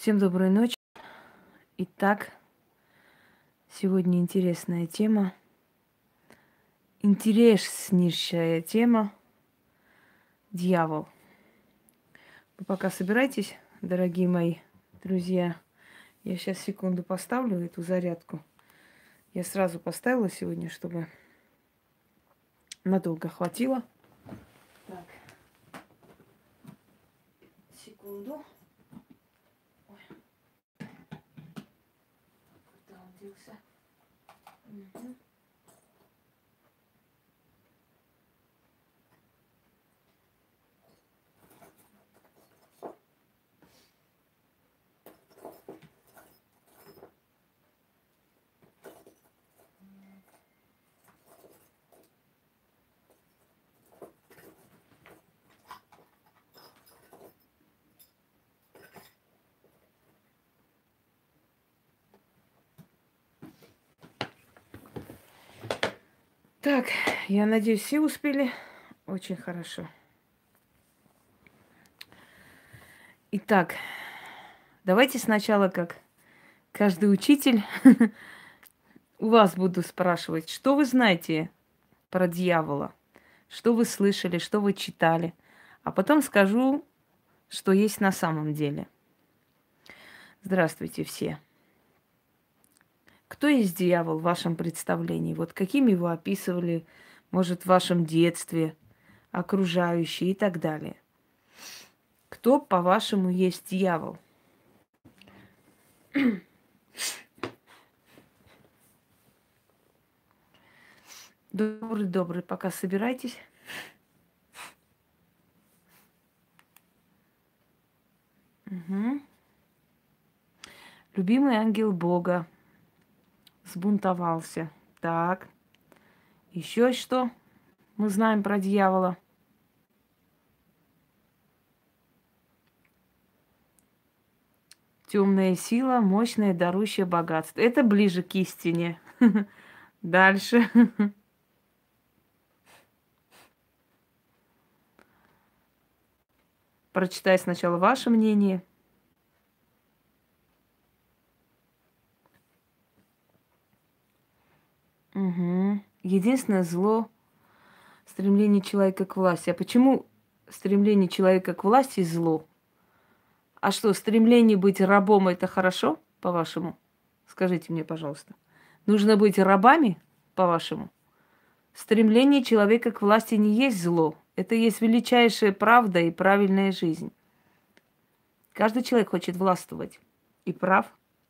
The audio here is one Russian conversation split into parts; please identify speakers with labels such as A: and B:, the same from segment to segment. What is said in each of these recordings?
A: Всем доброй ночи. Итак, сегодня интересная тема. Интереснейшая тема. Дьявол. Вы пока собирайтесь, дорогие мои друзья. Я сейчас секунду поставлю эту зарядку. Я сразу поставила сегодня, чтобы надолго хватило. Так. Секунду. Ой. Куда он делся? Угу. Так, я надеюсь, все успели. Очень хорошо. Итак, давайте сначала, как каждый учитель, у вас буду спрашивать, что вы знаете про дьявола, что вы слышали, что вы читали, а потом скажу, что есть на самом деле. Здравствуйте все. Кто есть дьявол в вашем представлении? Вот каким его описывали, может, в вашем детстве, окружающие и так далее? Кто, по-вашему, есть дьявол? Добрый, пока собирайтесь. Угу. Любимый ангел Бога сбунтовался. Так. Еще что мы знаем про дьявола? Темная сила, мощная, дарующая богатство. Это ближе к истине. Дальше. Прочитай сначала ваше мнение. Угу. Единственное зло — стремление человека к власти. А почему стремление человека к власти зло? А что, стремление быть рабом — это хорошо, по-вашему? Скажите мне, пожалуйста. Нужно быть рабами, по-вашему? Стремление человека к власти не есть зло. Это есть величайшая правда и правильная жизнь. Каждый человек хочет властвовать. И прав.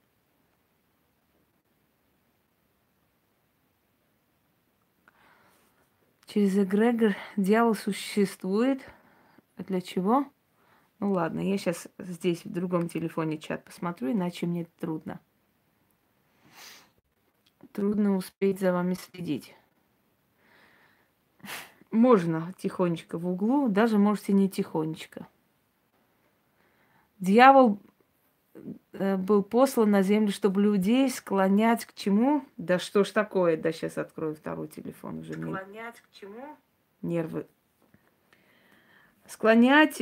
A: Через эгрегор дьявол существует. А для чего? Ну ладно, я сейчас здесь в другом телефоне чат посмотрю, иначе мне трудно. Трудно успеть за вами следить. Можно тихонечко в углу, даже можете не тихонечко. Дьявол был послан на землю, чтобы людей склонять к чему? Да что ж такое? Да сейчас открою второй телефон уже. Склонять к чему? Нервы. Склонять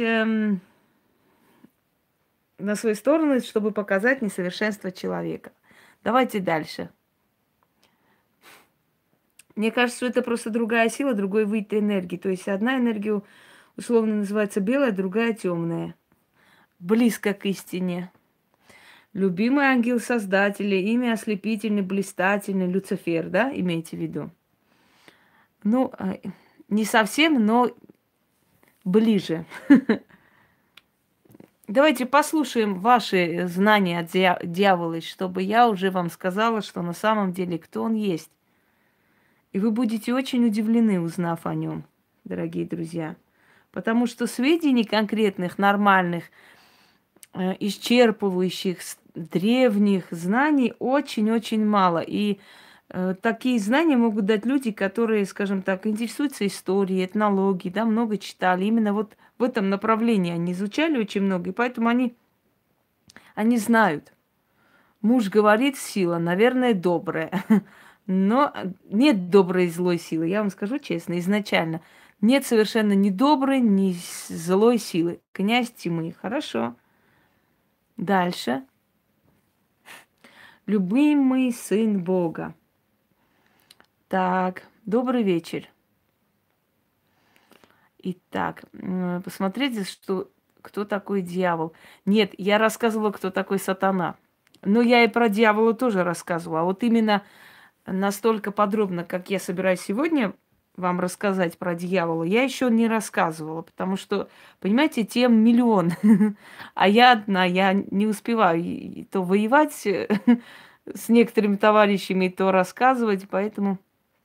A: на свою сторону, чтобы показать несовершенство человека. Давайте дальше. Мне кажется, что это просто другая сила, другой вид энергии. То есть одна энергия условно называется белая, другая темная. Близко к истине. Любимый ангел Создателя, имя ослепительный, блистательный, Люцифер, да, имеете в виду? Ну, не совсем, но ближе. Давайте послушаем ваши знания о дьяволе, чтобы я уже вам сказала, что на самом деле кто он есть. И вы будете очень удивлены, узнав о нем, дорогие друзья. Потому что сведений конкретных, нормальных, исчерпывающих, древних знаний очень-очень мало. И такие знания могут дать люди, которые, скажем так, интересуются историей, этнологией, да, много читали. Именно вот в этом направлении они изучали очень много, и поэтому они знают. Муж говорит, сила, наверное, добрая. Но нет доброй и злой силы. Я вам скажу честно, изначально. Нет совершенно ни доброй, ни злой силы. Князь тьмы. Хорошо. Дальше. Любимый сын Бога. Так, добрый вечер. Итак, посмотрите, что, кто такой дьявол. Нет, я рассказывала, кто такой сатана. Но я и про дьявола тоже рассказывала. А вот именно настолько подробно, как я собираюсь сегодня вам рассказать про дьявола, я еще не рассказывала, потому что, понимаете, тем миллион. А я одна, я не успеваю и то воевать с некоторыми товарищами, то рассказывать, поэтому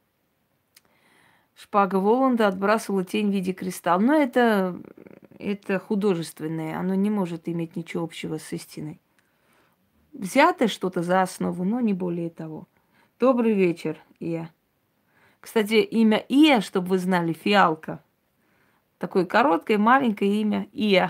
A: шпага Воланда отбрасывала тень в виде кристалла. Но это художественное, оно не может иметь ничего общего с истиной. Взято что-то за основу, но не более того. Добрый вечер, Ия. Кстати, имя Ия, чтобы вы знали, фиалка. Такое короткое, маленькое имя Ия.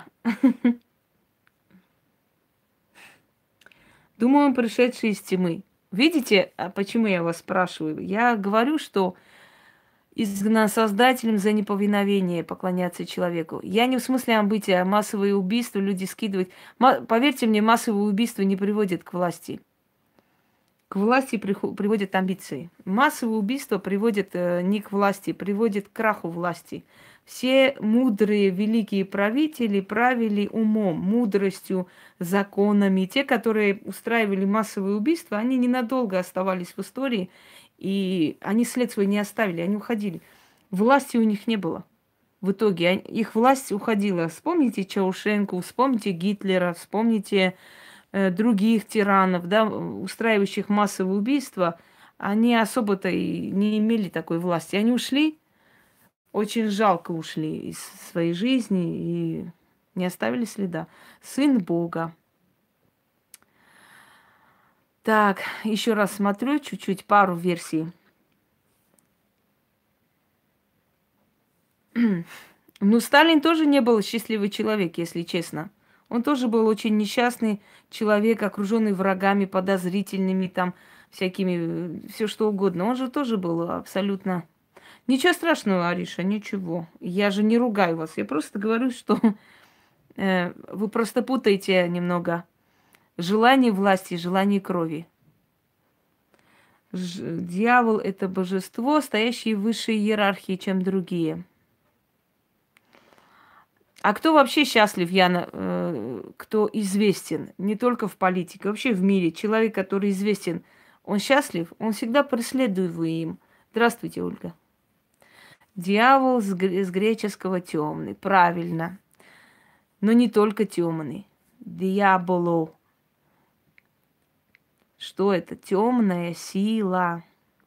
A: Думаю, пришедший из тьмы. Видите, почему я вас спрашиваю? Я говорю, что изгнан Создателем за неповиновение поклоняться человеку. Я не в смысле быть массовые убийства, люди скидывают. Поверьте мне, массовые убийства не приводят к власти. К власти приводят амбиции. Массовые убийства приводят не к власти, приводят к краху власти. Все мудрые великие правители правили умом, мудростью, законами. Те, которые устраивали массовые убийства, они ненадолго оставались в истории, и они след свой не оставили, они уходили. Власти у них не было. В итоге их власть уходила. Вспомните Чаушенко, вспомните Гитлера, вспомните других тиранов, да, устраивающих массовые убийства. Они особо-то и не имели такой власти. Они ушли, очень жалко ушли из своей жизни и не оставили следа. Сын Бога. Так, еще раз смотрю чуть-чуть, пару версий. Ну, Сталин тоже не был счастливый человек, если честно. Он тоже был очень несчастный человек, окруженный врагами, подозрительными, там, всякими, все что угодно. Он же тоже был абсолютно... Ничего страшного, Ариша, ничего. Я же не ругаю вас. Я просто говорю, что вы просто путаете немного желание власти и желание крови. Дьявол – это божество, стоящее в высшей иерархии, чем другие. А кто вообще счастлив, Яна, кто известен? Не только в политике, вообще в мире. Человек, который известен, он счастлив? Он всегда преследуем. Здравствуйте, Ольга. Дьявол с греческого темный. Правильно. Но не только темный. Диаболо. Что это? Темная сила.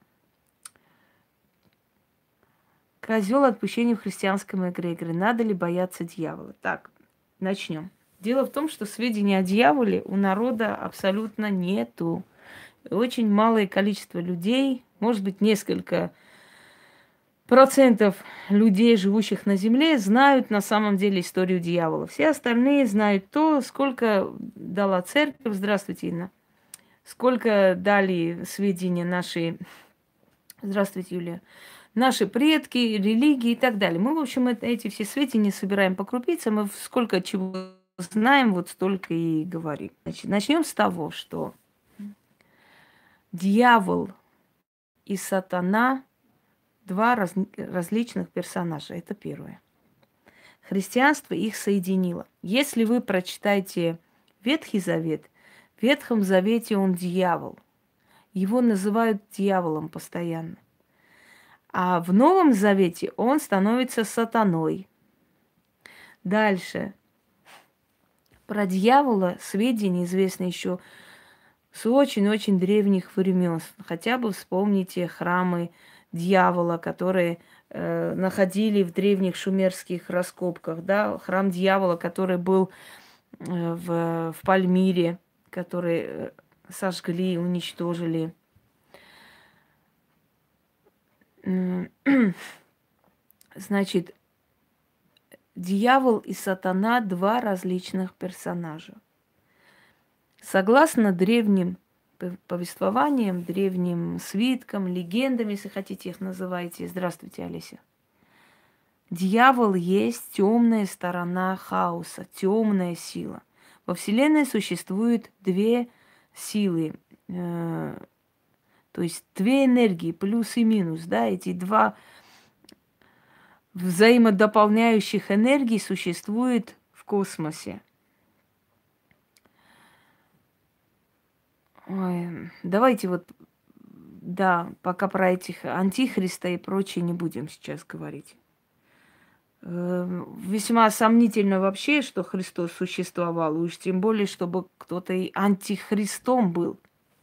A: Козел отпущения в христианском эгрегоре. Надо ли бояться дьявола? Так, начнем. Дело в том, что сведений о дьяволе у народа абсолютно нету. Очень малое количество людей, может быть, несколько процентов людей, живущих на Земле, знают на самом деле историю дьявола. Все остальные знают то, сколько дала церковь. Здравствуйте, Инна. Сколько дали сведения наши... Здравствуйте, Юлия. Наши предки, религии и так далее. Мы, в общем, эти все сведения собираем по крупицам, мы сколько чего знаем, вот столько и говорим. Значит, начнем с того, что дьявол и сатана два различных персонажа. Это первое. Христианство их соединило. Если вы прочитаете Ветхий Завет, в Ветхом Завете он дьявол. Его называют дьяволом постоянно. А в Новом Завете он становится сатаной. Дальше. Про дьявола сведения известны еще с очень-очень древних времен. Хотя бы вспомните храмы дьявола, которые находили в древних шумерских раскопках. Да? Храм дьявола, который был в Пальмире, который сожгли, уничтожили. Значит, дьявол и сатана – два различных персонажа. Согласно древним повествованиям, древним свиткам, легендам, если хотите их называйте. Здравствуйте, Олеся. Дьявол есть темная сторона хаоса, темная сила. Во Вселенной существует две силы, то есть две энергии, плюс и минус, да, эти два взаимодополняющих энергии существуют в космосе. Ой, давайте вот, да, пока про этих антихриста и прочее не будем сейчас говорить. Весьма сомнительно вообще, что Христос существовал, уж тем более, чтобы кто-то и антихристом был.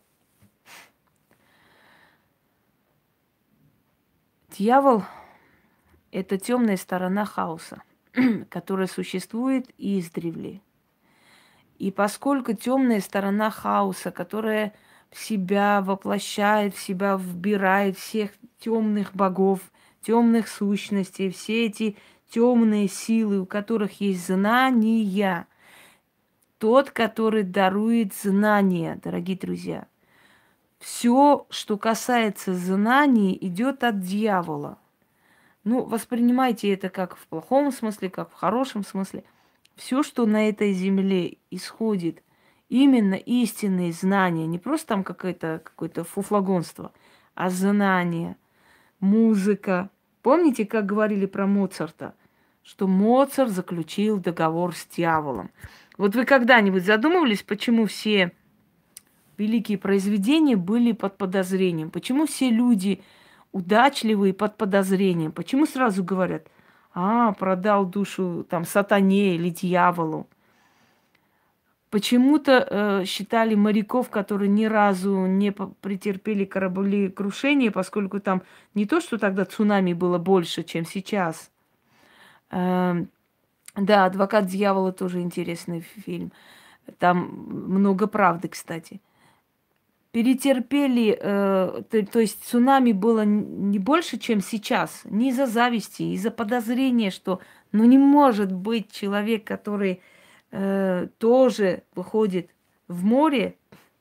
A: Дьявол – это темная сторона хаоса, которая существует издревле. И поскольку темная сторона хаоса, которая в себя воплощает, в себя вбирает всех темных богов, темных сущностей, все эти темные силы, у которых есть знания, тот, который дарует знания, дорогие друзья. Все, что касается знаний, идет от дьявола. Ну, воспринимайте это как в плохом смысле, как в хорошем смысле. Все, что на этой земле исходит, именно истинные знания, не просто там какое-то фуфлагонство, а знания, музыка. Помните, как говорили про Моцарта? Что Моцарт заключил договор с дьяволом. Вот вы когда-нибудь задумывались, почему все великие произведения были под подозрением? Почему все люди удачливые под подозрением? Почему сразу говорят, продал душу там сатане или дьяволу? Почему-то считали моряков, которые ни разу не претерпели кораблекрушение, поскольку там не то, что тогда цунами было больше, чем сейчас. Да, «Адвокат дьявола» тоже интересный фильм. Там много правды, кстати. Перетерпели, то есть цунами было не больше, чем сейчас. Не из-за зависти, из-за подозрения, что не может быть человек, который тоже выходит в море.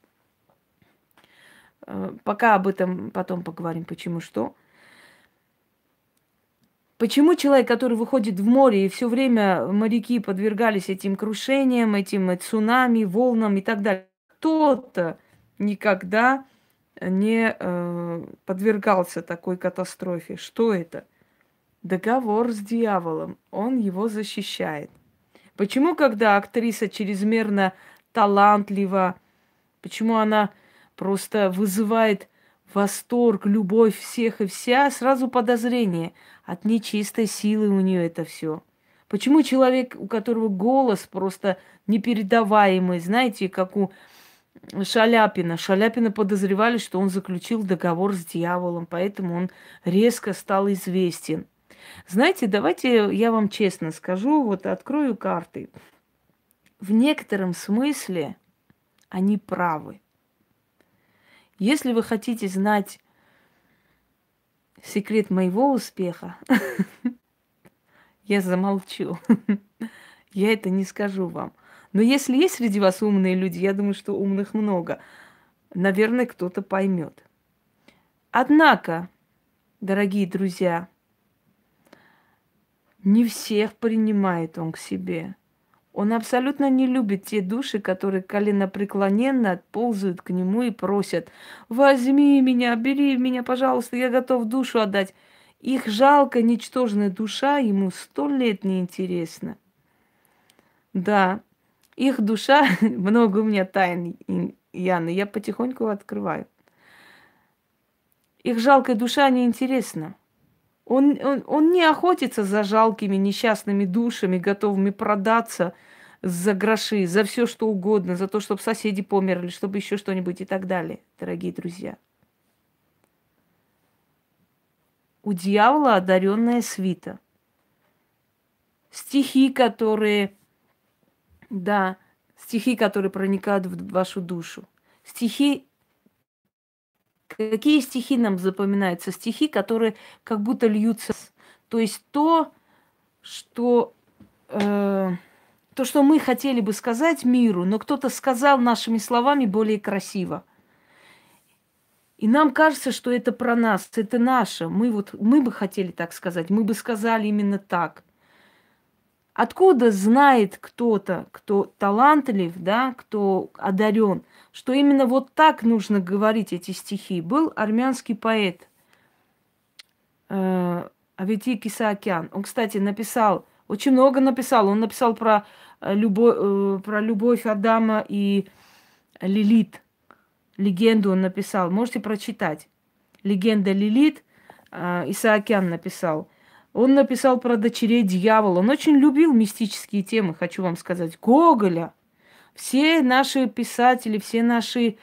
A: Пока об этом потом поговорим, почему что. Почему человек, который выходит в море, и все время моряки подвергались этим крушениям, этим цунами, волнам и так далее, кто-то никогда не подвергался такой катастрофе. Что это? Договор с дьяволом. Он его защищает. Почему, когда актриса чрезмерно талантлива, почему она просто вызывает восторг, любовь всех и вся, сразу подозрение от нечистой силы у нее это все. Почему человек, у которого голос просто непередаваемый, знаете, как у Шаляпина. Шаляпина подозревали, что он заключил договор с дьяволом, поэтому он резко стал известен. Знаете, давайте я вам честно скажу, вот открою карты. В некотором смысле они правы. Если вы хотите знать секрет моего успеха, я замолчу. Я это не скажу вам. Но если есть среди вас умные люди, я думаю, что умных много, наверное, кто-то поймет. Однако, дорогие друзья, не всех принимает он к себе. Он абсолютно не любит те души, которые коленопреклоненно ползают к нему и просят: «Возьми меня, бери меня, пожалуйста, я готов душу отдать». Их жалко, ничтожная душа ему 100 лет не интересна. Да, их душа, много у меня тайн, Яна, я потихоньку открываю. Их жалкая душа неинтересна. Он не охотится за жалкими несчастными душами, готовыми продаться за гроши, за все что угодно, за то, чтобы соседи померли, чтобы еще что-нибудь и так далее, дорогие друзья. У дьявола одаренная свита. Стихи, которые проникают в вашу душу. Стихи. Какие стихи нам запоминаются? Стихи, которые как будто льются. То есть то, что мы хотели бы сказать миру, но кто-то сказал нашими словами более красиво. И нам кажется, что это про нас, это наше. Мы бы хотели так сказать, мы бы сказали именно так. Откуда знает кто-то, кто талантлив, да, кто одарен, что именно вот так нужно говорить эти стихи? Был армянский поэт Аветик Исаакян. Он, кстати, написал, очень много написал. Он написал про любовь Адама и Лилит. Легенду он написал. Можете прочитать. Легенда Лилит Исаакян написал. Он написал про дочерей дьявола. Он очень любил мистические темы, хочу вам сказать. Гоголя. Все наши писатели, все наши,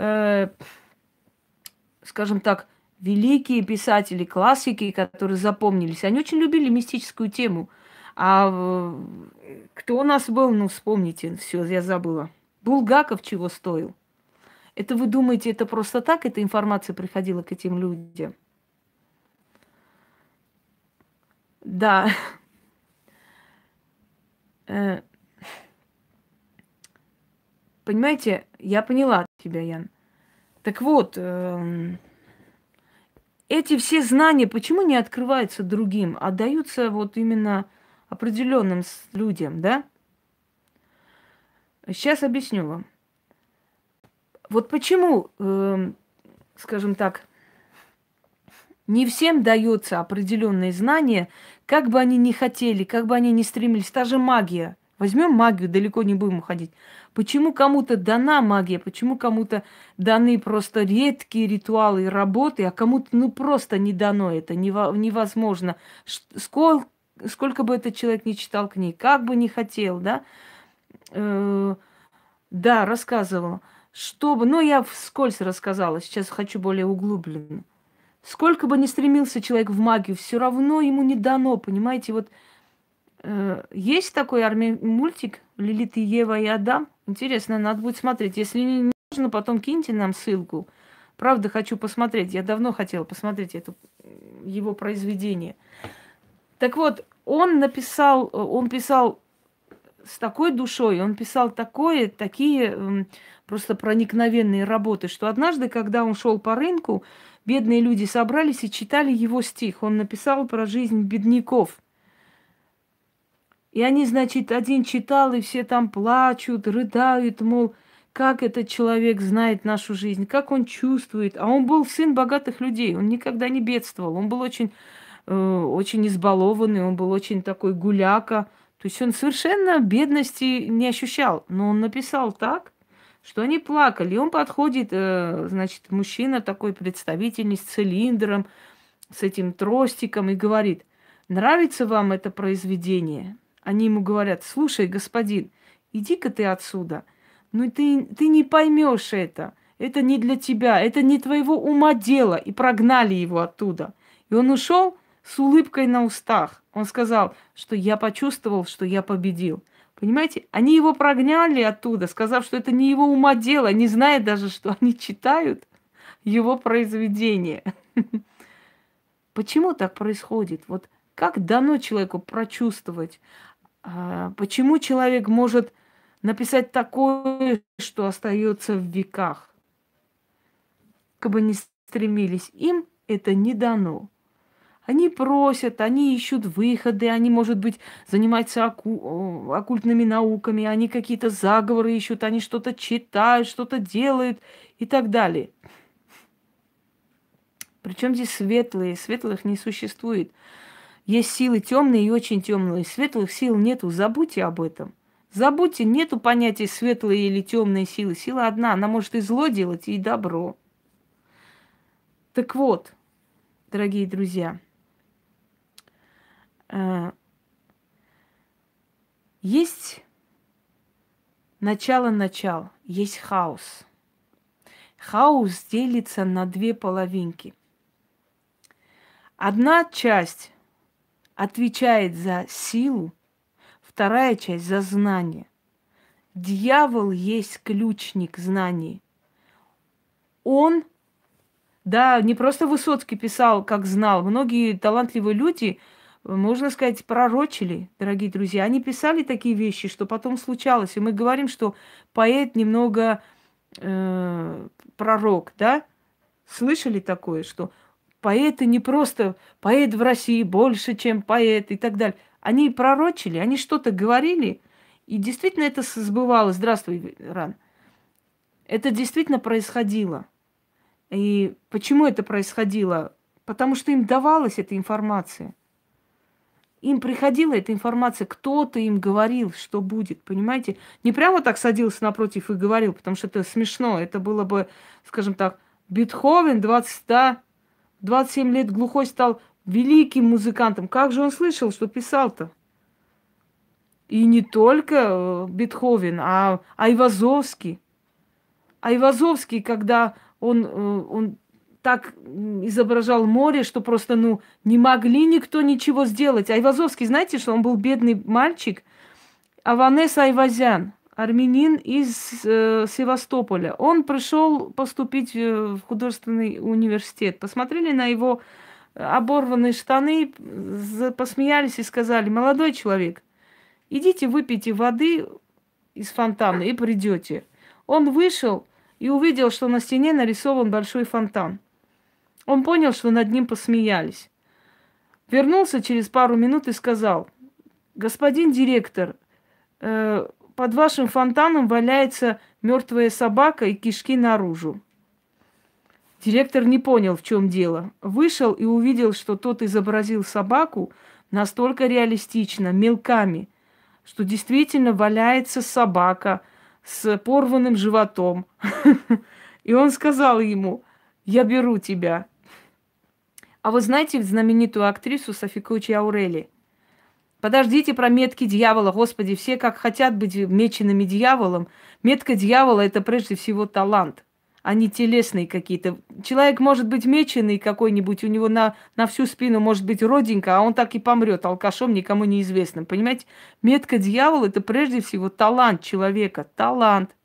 A: скажем так, великие писатели, классики, которые запомнились, они очень любили мистическую тему. А кто у нас был, ну, вспомните, все, я забыла. Булгаков чего стоил? Это вы думаете, это просто так, эта информация приходила к этим людям? Да. Понимаете, я поняла тебя, Ян. Так вот, эти все знания почему не открываются другим, а даются вот именно определенным людям, да? Сейчас объясню вам. Вот почему, скажем так, не всем дается определенные знания, как бы они ни хотели, как бы они ни стремились. Та же магия. Возьмем магию, далеко не будем уходить. Почему кому-то дана магия, почему кому-то даны просто редкие ритуалы и работы, а кому-то ну просто не дано это, невозможно. Сколько бы этот человек ни читал книг, как бы ни хотел, да? Да, рассказывала. Чтобы, ну я вскользь рассказала, сейчас хочу более углубленно. Сколько бы ни стремился человек в магию, все равно ему не дано, понимаете? Вот есть такой мультик «Лилит и Ева и Адам». Интересно, надо будет смотреть. Если не нужно, потом киньте нам ссылку. Правда, хочу посмотреть. Я давно хотела посмотреть его произведение. Так вот, он писал с такой душой, он писал такие просто проникновенные работы, что однажды, когда он шел по рынку, бедные люди собрались и читали его стих. Он написал про жизнь бедняков. И они, значит, один читал, и все там плачут, рыдают, мол, как этот человек знает нашу жизнь, как он чувствует. А он был сын богатых людей, он никогда не бедствовал. Он был очень избалованный, он был очень такой гуляка. То есть он совершенно бедности не ощущал. Но он написал так, что они плакали. И он подходит, значит, мужчина такой представительный, с цилиндром, с этим тростиком, и говорит: нравится вам это произведение? Они ему говорят: слушай, господин, иди-ка ты отсюда. Ну ты не поймешь это. Это не для тебя, это не твоего ума дело. И прогнали его оттуда. И он ушел с улыбкой на устах. Он сказал, что я почувствовал, что я победил. Понимаете, они его прогнали оттуда, сказав, что это не его ума дело, не зная даже, что они читают его произведение. Почему так происходит? Вот как дано человеку прочувствовать? Почему человек может написать такое, что остается в веках? Как бы ни стремились, им это не дано. Они просят, они ищут выходы, они, может быть, занимаются оккультными науками, они какие-то заговоры ищут, они что-то читают, что-то делают и так далее. Причем здесь светлые? Светлых не существует. Есть силы темные и очень темные. Светлых сил нету. Забудьте об этом. Забудьте, нету понятия светлые или темные силы. Сила одна, она может и зло делать, и добро. Так вот, дорогие друзья, есть начало, есть хаос. Хаос делится на две половинки. Одна часть отвечает за силу, вторая часть за знание. Дьявол есть ключник знаний. Он, да, не просто Высоцкий писал, как знал. Многие талантливые люди, можно сказать, пророчили, дорогие друзья. Они писали такие вещи, что потом случалось. И мы говорим, что поэт немного пророк, да? Слышали такое, что поэты не просто поэт в России больше, чем поэт и так далее. Они пророчили, они что-то говорили, и действительно это сбывалось. Здравствуй, Ран. Это действительно происходило. И почему это происходило? Потому что им давалась эта информация. Им приходила эта информация, кто-то им говорил, что будет, понимаете? Не прямо так садился напротив и говорил, потому что это смешно. Это было бы, скажем так, Бетховен 27 лет глухой стал великим музыкантом. Как же он слышал, что писал-то? И не только Бетховен, а Айвазовский. Айвазовский, когда он так изображал море, что просто, не могли никто ничего сделать. Айвазовский, знаете, что он был бедный мальчик, Аванес Айвазян, армянин из Севастополя. Он пришел поступить в художественный университет. Посмотрели на его оборванные штаны, посмеялись и сказали: молодой человек, идите выпейте воды из фонтана и придете. Он вышел и увидел, что на стене нарисован большой фонтан. Он понял, что над ним посмеялись. Вернулся через пару минут и сказал: господин директор, под вашим фонтаном валяется мертвая собака и кишки наружу. Директор не понял, в чем дело. Вышел и увидел, что тот изобразил собаку настолько реалистично, мелками, что действительно валяется собака с порванным животом. И он сказал ему: я беру тебя. А вы знаете знаменитую актрису Софику Чаурели? Подождите про метки дьявола. Господи, все как хотят быть меченными дьяволом. Метка дьявола – это прежде всего талант, а не телесные какие-то. Человек может быть меченый какой-нибудь, у него на всю спину может быть родинка, а он так и помрет алкашом, никому неизвестным. Понимаете? Метка дьявола – это прежде всего талант человека. Талант.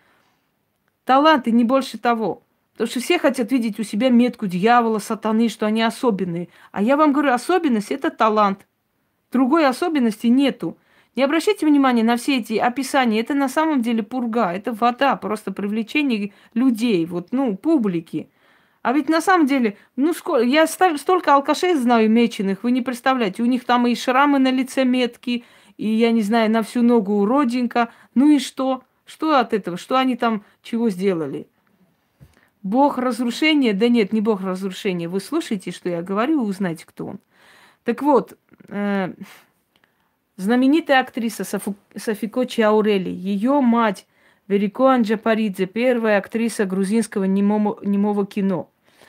A: Талант и не больше того. Потому что все хотят видеть у себя метку дьявола, сатаны, что они особенные. А я вам говорю, особенность – это талант. Другой особенности нету. Не обращайте внимания на все эти описания. Это на самом деле пурга, это вода, просто привлечение людей, публики. А ведь на самом деле, я столько алкашей знаю меченых, вы не представляете. У них там и шрамы на лице метки, и, я не знаю, на всю ногу родинка. Ну и что? Что от этого? Что они там чего сделали? Бог разрушения? Да нет, не бог разрушения. Вы слушаете, что я говорю, и узнаете, кто он. Так вот, знаменитая актриса Софико Чаурели, ее мать Верико Анджапаридзе, первая актриса грузинского немого кино.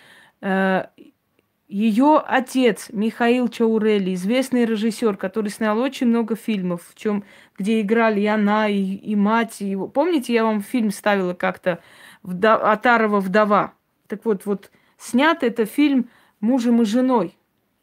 A: Ее отец Михаил Чаурели, известный режиссер, который снял очень много фильмов, где играли и она, и мать его. Помните, я вам фильм ставила как-то «Атарова вдова». Так вот, снят это фильм мужем и женой.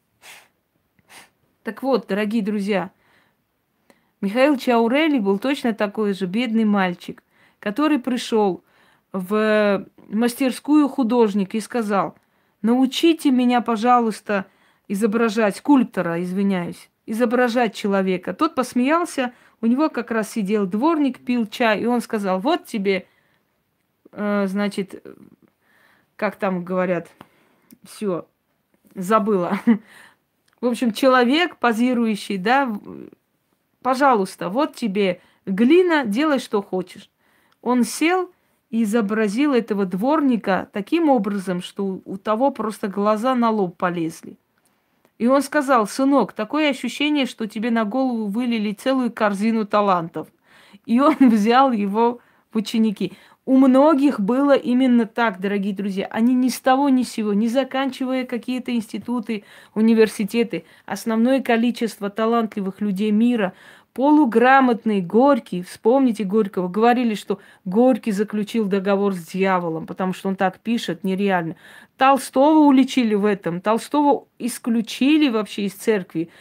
A: Так вот, дорогие друзья, Михаил Чаурели был точно такой же бедный мальчик, который пришел в мастерскую художника и сказал: научите меня, пожалуйста, изображать скульптора, изображать человека. Тот посмеялся, у него как раз сидел дворник, пил чай, и он сказал: вот тебе, значит, как там говорят, все, забыла. В общем, человек, позирующий, да, пожалуйста, вот тебе глина, делай, что хочешь. Он сел и изобразил этого дворника таким образом, что у того просто глаза на лоб полезли. И он сказал: сынок, такое ощущение, что тебе на голову вылили целую корзину талантов. И он взял его в ученики. У многих было именно так, дорогие друзья. Они ни с того ни с сего, не заканчивая какие-то институты, университеты, основное количество талантливых людей мира, полуграмотные, Горький, вспомните Горького, говорили, что Горький заключил договор с дьяволом, потому что он так пишет, нереально. Толстого уличили в этом, Толстого исключили вообще из церкви,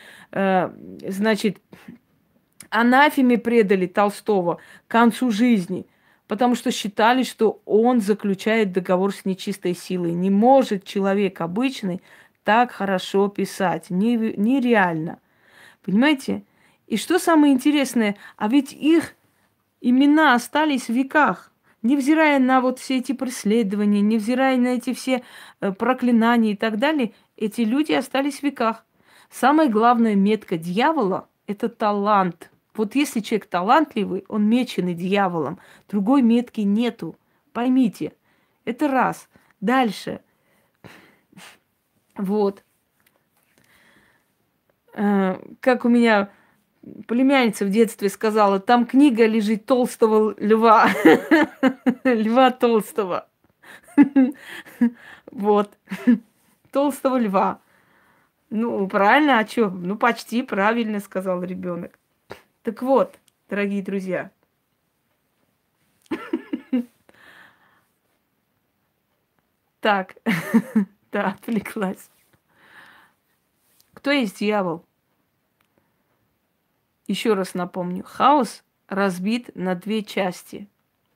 A: анафеме предали Толстого к концу жизни, потому что считали, что он заключает договор с нечистой силой. Не может человек обычный так хорошо писать. Нереально. Понимаете? И что самое интересное, а ведь их имена остались в веках. Невзирая на вот все эти преследования, невзирая на эти все проклинания и так далее, эти люди остались в веках. Самая главная метка дьявола это талант. Вот если человек талантливый, он меченый дьяволом, другой метки нету. Поймите, это раз. Дальше. Вот. Как у меня племянница в детстве сказала, там книга лежит толстого льва. Льва Толстого. Вот. Толстого льва. Ну, правильно, а что? Ну, почти правильно сказал ребенок. Так вот, дорогие друзья. Так, да, отвлеклась. Кто есть дьявол? Еще раз напомню. Хаос разбит на две части.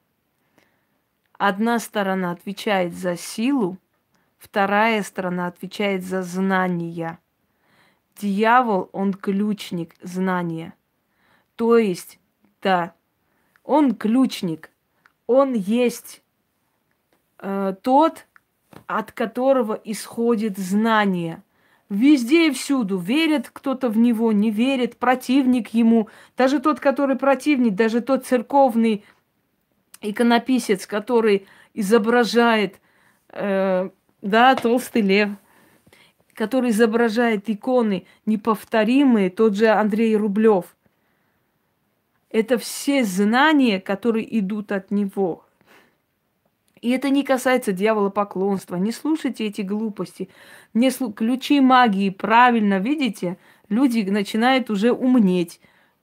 A: Одна сторона отвечает за силу, вторая сторона отвечает за знания. Дьявол, он ключник знания. То есть, да, он ключник. Он есть тот, от которого исходит знание. Везде и всюду. Верит кто-то в него, не верит, противник ему. Даже тот, который противник, даже тот церковный иконописец, который изображает, да, толстый лев, который изображает иконы неповторимые, тот же Андрей Рублев. Это все знания, которые идут от него. И это не касается дьяволопоклонства. Не слушайте эти глупости. Ключи магии, правильно, видите? Люди начинают уже умнеть.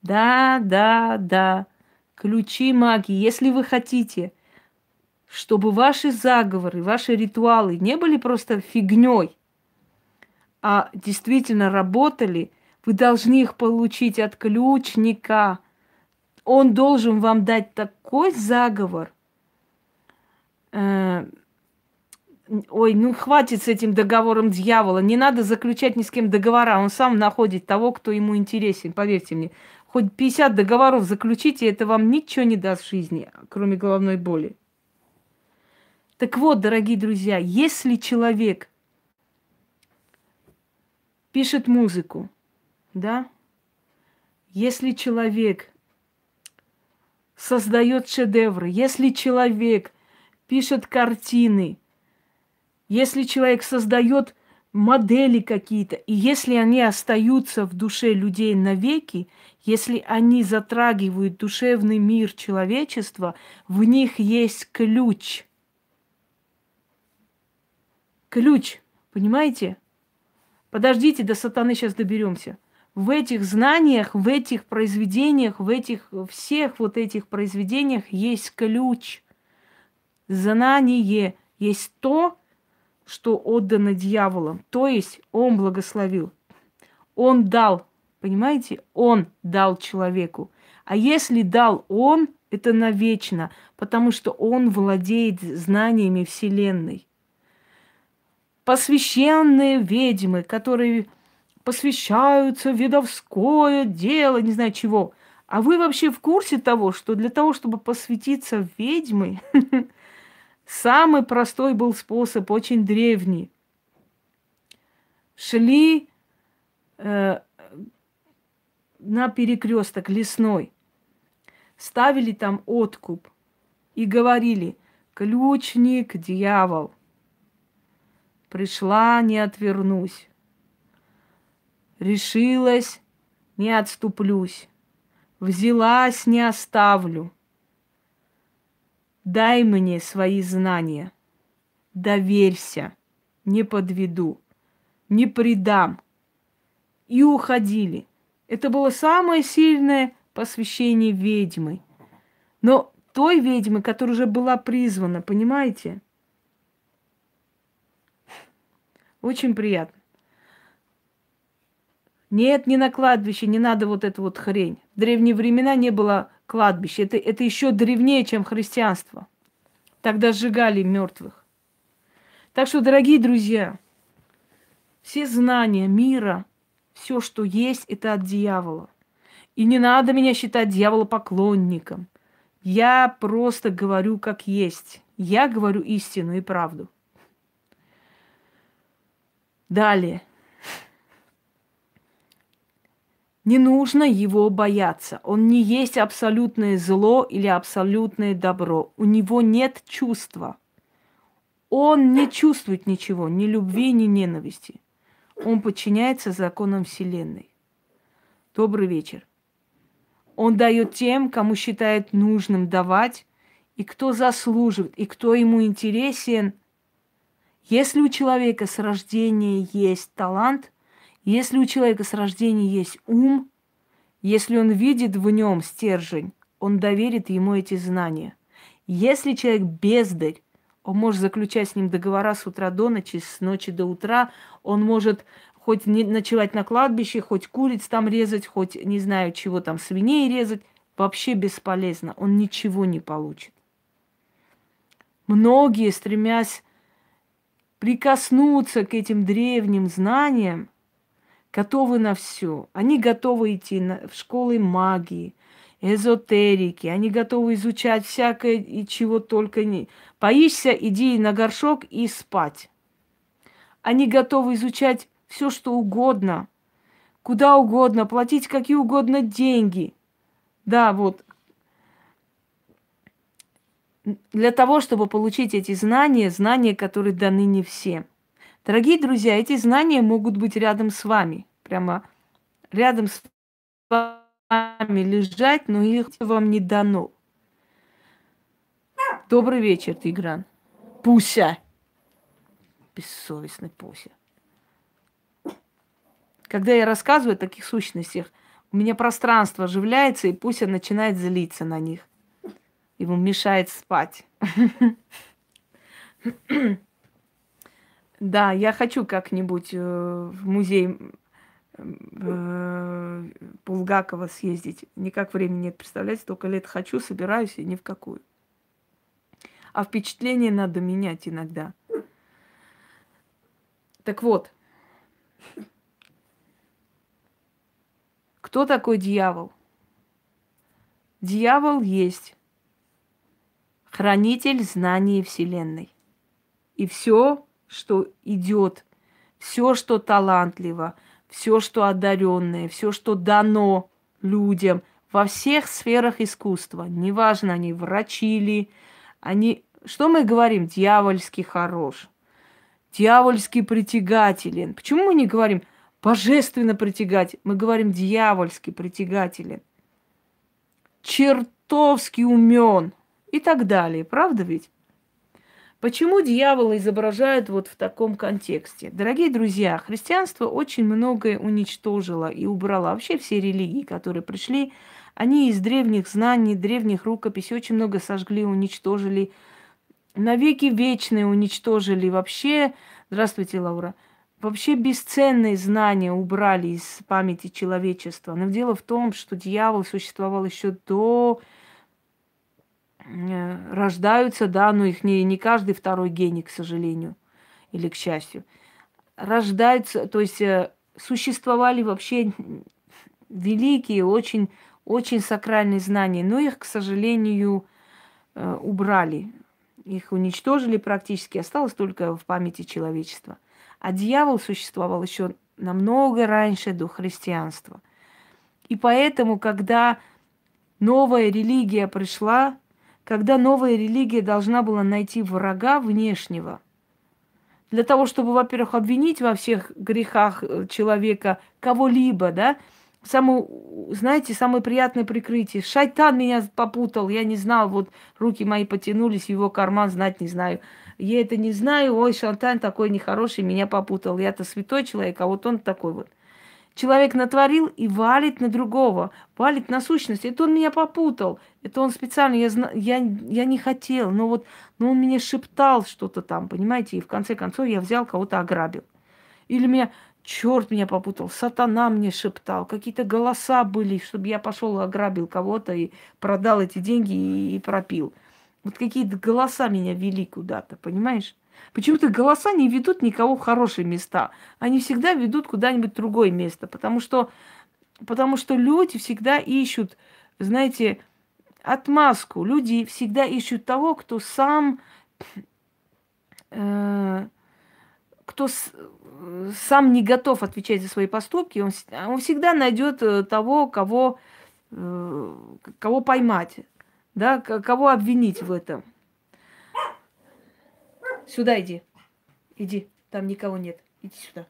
A: Да. Ключи магии. Если вы хотите, чтобы ваши заговоры, ваши ритуалы не были просто фигней, а действительно работали, вы должны их получить от ключника. Он должен вам дать такой заговор. Ой, ну хватит с этим договором дьявола. Не надо заключать ни с кем договора. Он сам находит того, кто ему интересен. Поверьте мне. Хоть 50 договоров заключите, это вам ничего не даст в жизни, кроме головной боли. Так вот, дорогие друзья, если человек пишет музыку, да, если человек создает шедевры, если человек пишет картины, если человек создает модели какие-то, и если они остаются в душе людей навеки, если они затрагивают душевный мир человечества, в них есть ключ. Ключ, понимаете? Подождите, до сатаны сейчас доберемся. В этих знаниях, в этих произведениях, в этих всех вот этих произведениях есть ключ. Знание есть то, что отдано дьяволом. То есть он благословил. Он дал, понимаете? Он дал человеку. А если дал он, это навечно, потому что он владеет знаниями Вселенной. Посвященные ведьмы, которые посвящаются в ведовское дело, не знаю чего. А вы вообще в курсе того, что для того, чтобы посвятиться в ведьмы, самый простой был способ, очень древний. Шли на перекресток лесной, ставили там откуп и говорили: ключник, дьявол, пришла, не отвернусь, решилась, не отступлюсь, взялась, не оставлю. Дай мне свои знания, доверься, не подведу, не предам. И уходили. Это было самое сильное посвящение ведьмы. Но той ведьмы, которая уже была призвана, понимаете? Очень приятно. Нет, не на кладбище, не надо вот эту вот хрень. В древние времена не было кладбища. Это еще древнее, чем христианство. Тогда сжигали мертвых. Так что, дорогие друзья, все знания мира, все, что есть, это от дьявола. И не надо меня считать дьяволопоклонником. Я просто говорю, как есть. Я говорю истину и правду. Далее. Не нужно его бояться. Он не есть абсолютное зло или абсолютное добро. У него нет чувства. Он не чувствует ничего, ни любви, ни ненависти. Он подчиняется законам Вселенной. Добрый вечер. Он дает тем, кому считает нужным давать, и кто заслуживает, и кто ему интересен. Если у человека с рождения есть талант, если у человека с рождения есть ум, если он видит в нем стержень, он доверит ему эти знания. Если человек бездарь, он может заключать с ним договора с утра до ночи, с ночи до утра, он может хоть не ночевать на кладбище, хоть куриц там резать, хоть не знаю чего там, свиней резать, вообще бесполезно, он ничего не получит. Многие, стремясь прикоснуться к этим древним знаниям, готовы на все. Они готовы идти в школы магии, эзотерики, они готовы изучать всякое и чего только не. Боишься, иди на горшок и спать. Они готовы изучать все, что угодно, куда угодно, платить какие угодно деньги. Да, вот. Для того, чтобы получить эти знания, знания, которые даны не всем. Дорогие друзья, эти знания могут быть рядом с вами, прямо рядом с вами лежать, но их вам не дано. Добрый вечер, Тигран. Пуся. Бессовестный Пуся. Когда я рассказываю о таких сущностях, у меня пространство оживляется, и Пуся начинает злиться на них. Ему мешает спать. Да, я хочу как-нибудь в музей Булгакова съездить. Никак времени нет, представляете, столько лет хочу, собираюсь и ни в какую. А впечатление надо менять иногда. Так вот, кто такой дьявол? Дьявол есть хранитель знаний Вселенной. И все, что идет, все, что талантливо, все, что одаренное, все, что дано людям во всех сферах искусства, неважно, они врачи ли, они, что мы говорим, дьявольски хорош, дьявольски притягателен. Почему мы не говорим божественно притягателен? Мы говорим дьявольски притягателен, чертовски умен и так далее. Правда ведь? Почему дьявола изображают вот в таком контексте? Дорогие друзья, христианство очень многое уничтожило и убрало. Вообще все религии, которые пришли, они из древних знаний, древних рукописей очень много сожгли, уничтожили. Навеки вечные уничтожили. Вообще, здравствуйте, Лаура, вообще бесценные знания убрали из памяти человечества. Но дело в том, что дьявол существовал еще до... Рождаются, да, но их не каждый второй гений, к сожалению, или к счастью. Рождаются, то есть существовали вообще великие, очень, очень сакральные знания, но их, к сожалению, убрали. Их уничтожили практически, осталось только в памяти человечества. А дьявол существовал еще намного раньше, до христианства. И поэтому, когда новая религия пришла, когда новая религия должна была найти врага внешнего, для того, чтобы, во-первых, обвинить во всех грехах человека кого-либо, да, знаете, самое приятное прикрытие. Шайтан меня попутал, я не знал, вот руки мои потянулись в его карман, знать не знаю. Я это не знаю, ой, шайтан такой нехороший, меня попутал. Я-то святой человек, а вот он такой вот. Человек натворил и валит на другого, валит на сущность. Это он меня попутал, это он специально, я не хотел, но он мне шептал что-то там, понимаете, и в конце концов я взял, кого-то ограбил. Или черт меня попутал, сатана мне шептал, какие-то голоса были, чтобы я пошел и ограбил кого-то и продал эти деньги и пропил. Вот какие-то голоса меня вели куда-то, понимаешь? Почему-то голоса не ведут никого в хорошие места. Они всегда ведут куда-нибудь в другое место. Потому что люди всегда ищут, знаете, отмазку. Люди всегда ищут того, кто кто сам не готов отвечать за свои поступки, он всегда найдет того, кого поймать, да, кого обвинить в этом. Сюда иди. Иди, там никого нет. Иди сюда.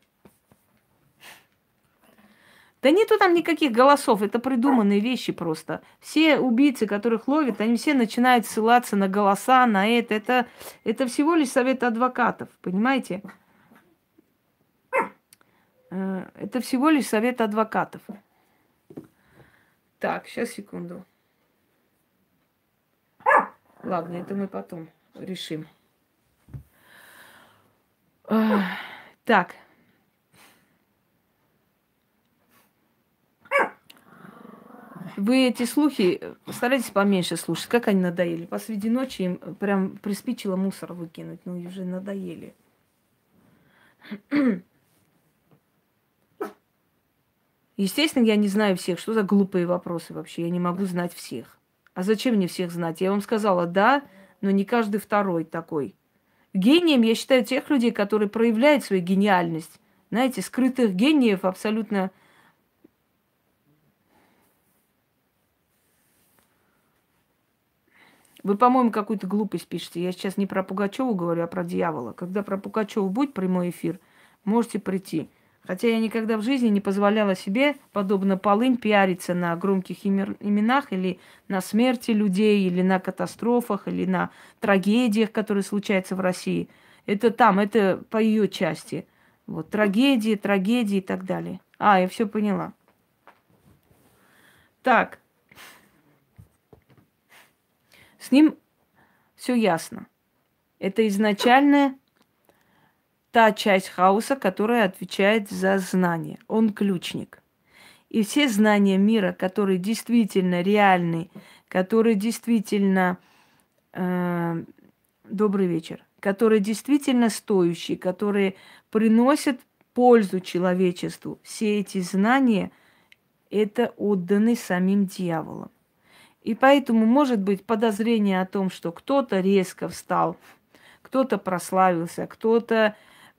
A: Да нету там никаких голосов, это придуманные вещи просто. Все убийцы, которых ловят, они все начинают ссылаться на голоса, на это. Это всего лишь совет адвокатов, понимаете? Это всего лишь совет адвокатов. Так, сейчас, секунду. Ладно, это мы потом решим. Так. Вы эти слухи старайтесь поменьше слушать. Как они надоели. Посреди ночи им прям приспичило мусор выкинуть. Ну, уже надоели. Естественно, я не знаю всех. Что за глупые вопросы вообще? Я не могу знать всех. А зачем мне всех знать? Я вам сказала, да, но не каждый второй такой. Гением я считаю тех людей, которые проявляют свою гениальность. Знаете, скрытых гениев абсолютно... Вы, по-моему, какую-то глупость пишете. Я сейчас не про Пугачеву говорю, а про дьявола. Когда про Пугачеву будет прямой эфир, можете прийти. Хотя я никогда в жизни не позволяла себе, подобно Полынь, пиариться на громких именах или на смерти людей, или на катастрофах, или на трагедиях, которые случаются в России. Это там, это по ее части. Вот, трагедии и так далее. Я все поняла. Так. С ним все ясно. Это изначально та часть хаоса, которая отвечает за знания. Он ключник. И все знания мира, которые действительно реальны, которые действительно... добрый вечер. Которые действительно стоящие, которые приносят пользу человечеству. Все эти знания – это отданы самим дьяволом. И поэтому может быть подозрение о том, что кто-то резко встал, кто-то прославился, кто-то,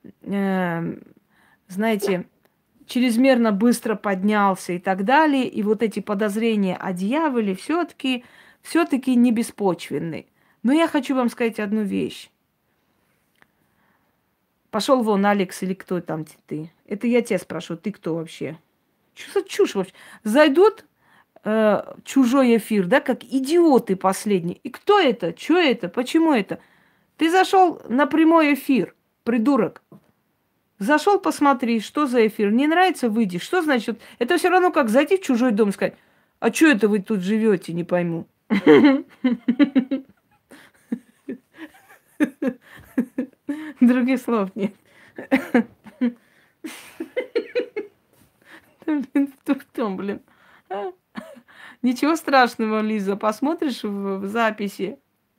A: знаете, чрезмерно быстро поднялся и так далее. И вот эти подозрения о дьяволе все-таки не беспочвенны. Но я хочу вам сказать одну вещь. Пошел вон, Алекс, или кто там ты? Это я тебя спрошу, ты кто вообще? Что за чушь вообще? Зайдут чужой эфир, да, как идиоты последние. И кто это? Что это? Почему это? Ты зашел на прямой эфир, придурок. Зашел, посмотри, что за эфир. Не нравится, выйди. Что значит? Это все равно, как зайти в чужой дом и сказать, а что это вы тут живете, не пойму. Других слов нет. Блин. Ничего страшного, Лиза, посмотришь в записи.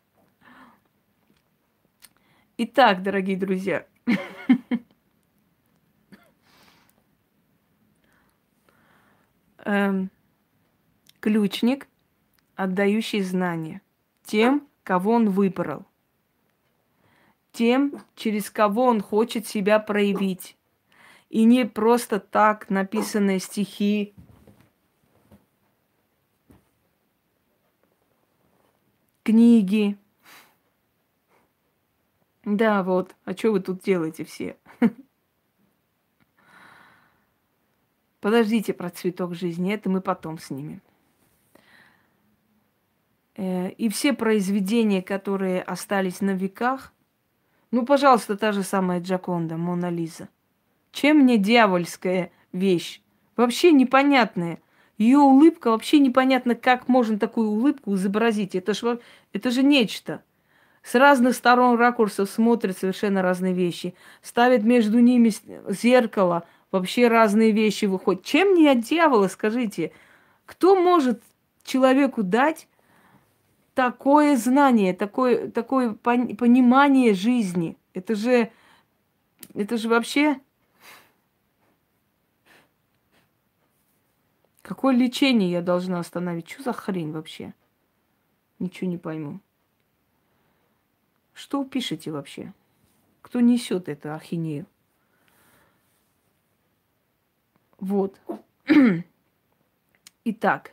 A: Итак, дорогие друзья. Ключник, отдающий знания тем, кого он выбрал. Тем, через кого он хочет себя проявить. И не просто так написанные стихи, книги. Да, вот. А что вы тут делаете все? Подождите про цветок жизни, это мы потом снимем. И все произведения, которые остались на веках, ну, пожалуйста, та же самая Джоконда, Мона Лиза. Чем мне дьявольская вещь? Вообще непонятная. Ее улыбка, вообще непонятно, как можно такую улыбку изобразить. Это же нечто. С разных сторон ракурсов смотрят совершенно разные вещи. Ставят между ними зеркало, вообще разные вещи выходят. Чем не от дьявола, скажите? Кто может человеку дать такое знание, такое понимание жизни? Это же вообще... Какое лечение я должна остановить? Что за хрень вообще? Ничего не пойму. Что вы пишете вообще? Кто несет эту ахинею? Вот. Итак,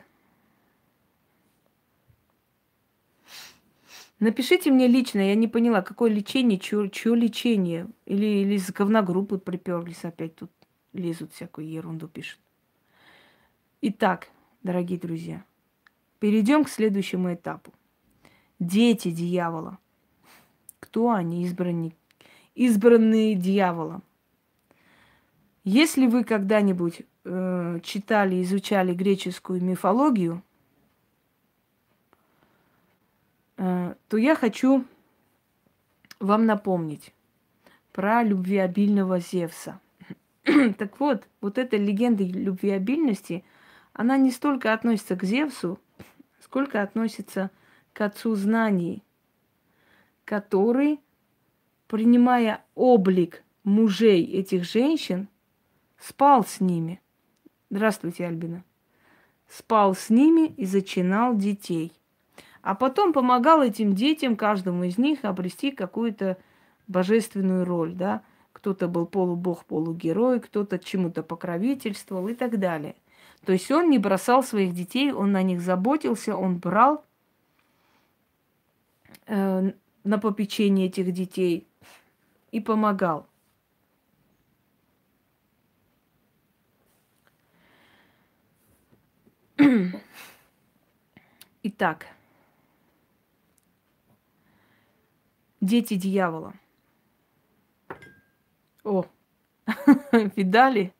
A: напишите мне лично, я не поняла, какое лечение, чье лечение. Или с говногруппы приперлись опять тут, лезут, всякую ерунду пишут. Итак, дорогие друзья, перейдем к следующему этапу. Дети дьявола. Кто они, избранные дьяволом? Если вы когда-нибудь читали, изучали греческую мифологию, то я хочу вам напомнить про любвеобильного Зевса. Так вот, вот эта легенда любвеобильности, она не столько относится к Зевсу, сколько относится к отцу знаний, который, принимая облик мужей этих женщин, спал с ними. Здравствуйте, Альбина. Спал с ними и зачинал детей. А потом помогал этим детям, каждому из них, обрести какую-то божественную роль, да. Кто-то был полубог, полугерой, кто-то чему-то покровительствовал и так далее. То есть он не бросал своих детей, он на них заботился, он брал на попечение этих детей и помогал. Итак, дети дьявола. О, видали?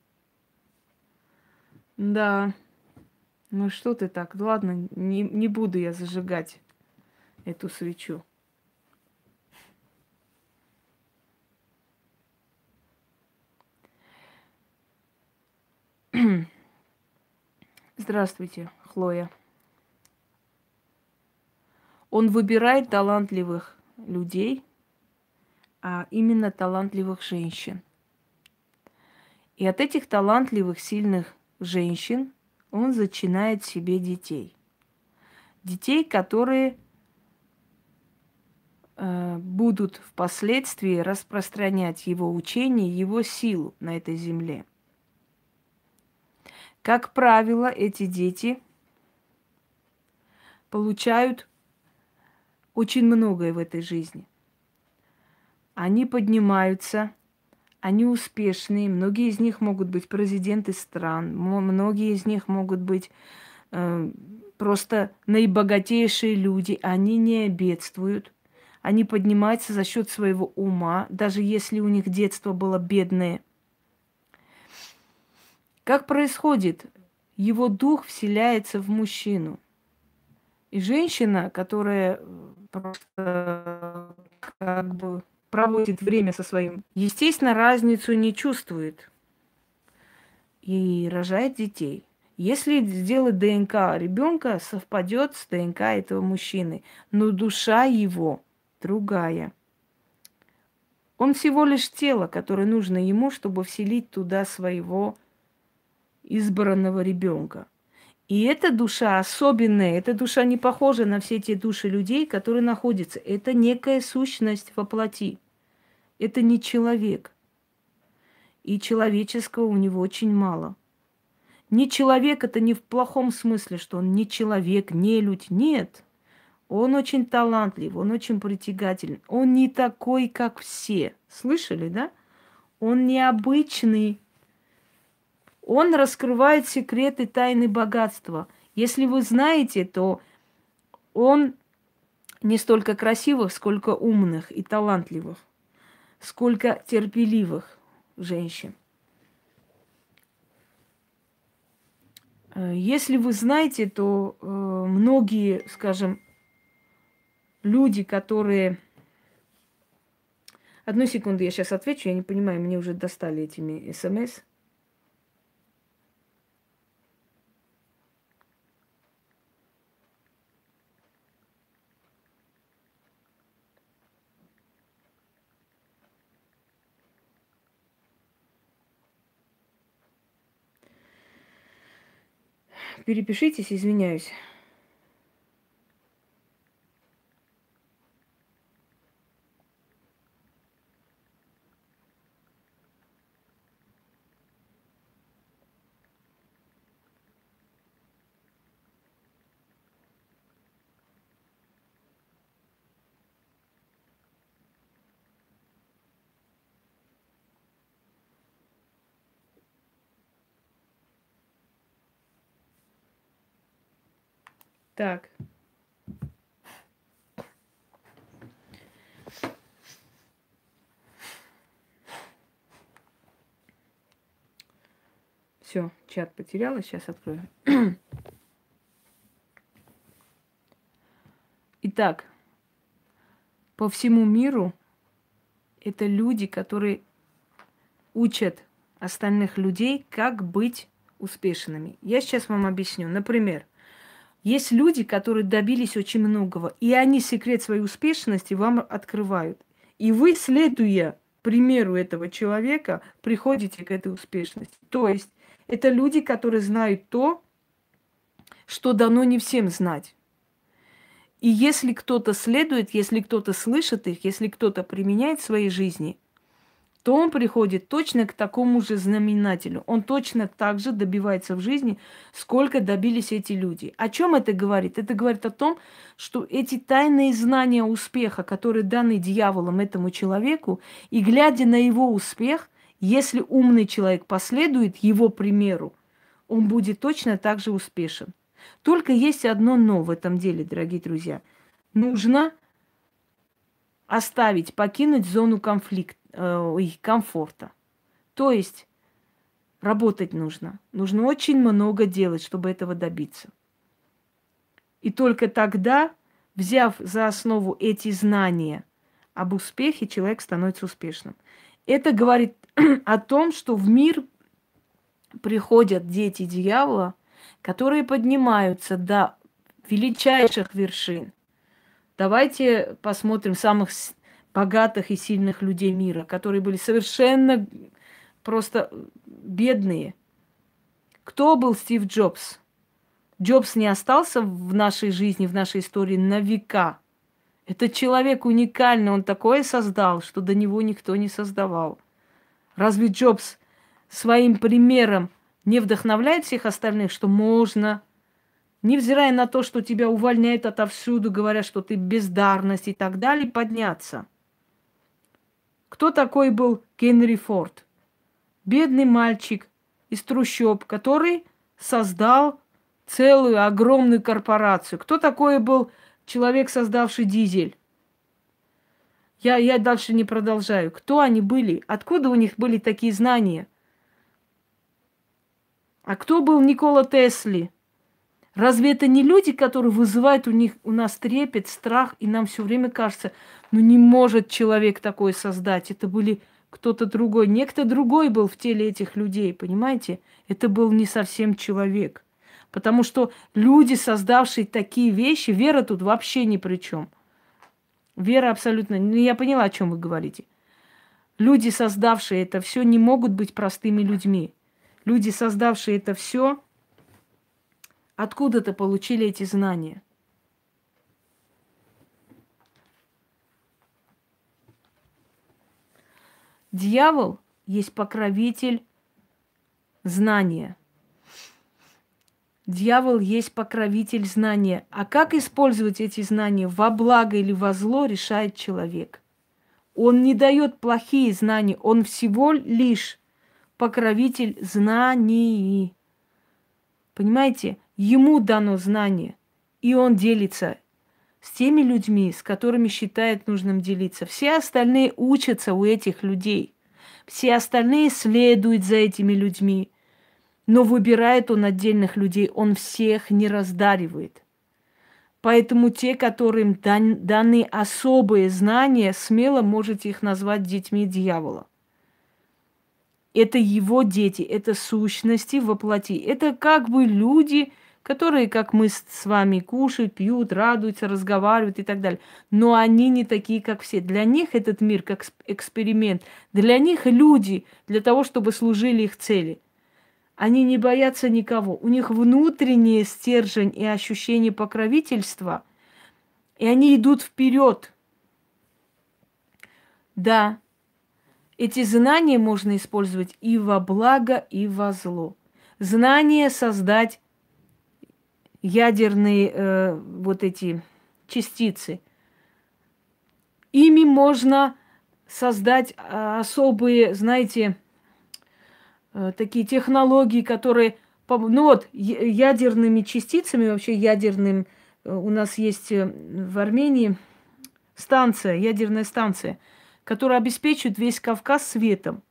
A: Да. Ну что ты так? Ладно, не буду я зажигать эту свечу. Здравствуйте, Хлоя. Он выбирает талантливых людей, а именно талантливых женщин. И от этих талантливых, сильных женщин он зачинает себе детей. Детей, которые будут впоследствии распространять его учение, его силу на этой земле. Как правило, эти дети получают очень многое в этой жизни. Они поднимаются, они успешные, многие из них могут быть президенты стран, многие из них могут быть просто наибогатейшие люди, они не бедствуют, они поднимаются за счет своего ума, даже если у них детство было бедное. Как происходит? Его дух вселяется в мужчину. И женщина, которая просто как бы проводит время со своим, естественно, разницу не чувствует и рожает детей. Если сделать ДНК ребенка, совпадет с ДНК этого мужчины, но душа его другая. Он всего лишь тело, которое нужно ему, чтобы вселить туда своего избранного ребенка. И эта душа особенная, эта душа не похожа на все те души людей, которые находятся. Это некая сущность во плоти. Это не человек. И человеческого у него очень мало. Не человек это не в плохом смысле, что он не человек, не людь. Нет. Он очень талантлив, он очень притягателен. Он не такой, как все. Слышали, да? Он необычный. Он раскрывает секреты тайны богатства. Если вы знаете, то он не столько красивых, сколько умных и талантливых, сколько терпеливых женщин. Если вы знаете, то многие, скажем, люди, которые... Одну секунду, я сейчас отвечу, я не понимаю, мне уже достали этими СМС. Перепишитесь, извиняюсь. Итак, все, чат потеряла, сейчас открою. Итак, по всему миру это люди, которые учат остальных людей, как быть успешными. Я сейчас вам объясню. Например, есть люди, которые добились очень многого, и они секрет своей успешности вам открывают. И вы, следуя примеру этого человека, приходите к этой успешности. То есть это люди, которые знают то, что дано не всем знать. И если кто-то следует, если кто-то слышит их, если кто-то применяет в своей жизни, то он приходит точно к такому же знаменателю. Он точно так же добивается в жизни, сколько добились эти люди. О чем это говорит? Это говорит о том, что эти тайные знания успеха, которые даны дьяволом этому человеку, и глядя на его успех, если умный человек последует его примеру, он будет точно так же успешен. Только есть одно но в этом деле, дорогие друзья. Нужно оставить, покинуть зону комфорта. То есть работать нужно. Нужно очень много делать, чтобы этого добиться. И только тогда, взяв за основу эти знания об успехе, человек становится успешным. Это говорит о том, что в мир приходят дети дьявола, которые поднимаются до величайших вершин. Давайте посмотрим самых богатых и сильных людей мира, которые были совершенно просто бедные. Кто был Стив Джобс? Джобс не остался в нашей жизни, в нашей истории на века. Это человек уникальный, он такое создал, что до него никто не создавал. Разве Джобс своим примером не вдохновляет всех остальных, что можно, невзирая на то, что тебя увольняют отовсюду, говорят, что ты бездарность и так далее, подняться? Кто такой был Генри Форд? Бедный мальчик из трущоб, который создал целую огромную корпорацию. Кто такой был человек, создавший дизель? Я дальше не продолжаю. Кто они были? Откуда у них были такие знания? А кто был Никола Тесли? Разве это не люди, которые вызывают у нас трепет, страх, и нам все время кажется, ну не может человек такое создать. Это были кто-то другой. Некто другой был в теле этих людей, понимаете? Это был не совсем человек. Потому что люди, создавшие такие вещи, вера тут вообще ни при чем. Вера абсолютно... Ну, я поняла, о чем вы говорите. Люди, создавшие это все, не могут быть простыми людьми. Люди, создавшие это все, откуда-то получили эти знания. Дьявол есть покровитель знания. Дьявол есть покровитель знания. А как использовать эти знания во благо или во зло, решает человек. Он не дает плохие знания, он всего лишь покровитель знаний. Понимаете? Ему дано знание, и он делится с теми людьми, с которыми считает нужным делиться. Все остальные учатся у этих людей. Все остальные следуют за этими людьми. Но выбирает он отдельных людей, он всех не раздаривает. Поэтому те, которым даны особые знания, смело можете их назвать детьми дьявола. Это его дети, это сущности во плоти. Это как бы люди, которые, как мы с вами, кушают, пьют, радуются, разговаривают и так далее. Но они не такие, как все. Для них этот мир как эксперимент. Для них люди для того, чтобы служили их цели. Они не боятся никого. У них внутренний стержень и ощущение покровительства, и они идут вперед. Да, эти знания можно использовать и во благо, и во зло. Знание создать ядерные вот эти частицы. Ими можно создать особые, знаете, такие технологии, которые, ну вот, ядерными частицами, вообще ядерным у нас есть в Армении станция, ядерная станция, которая обеспечивает весь Кавказ светом.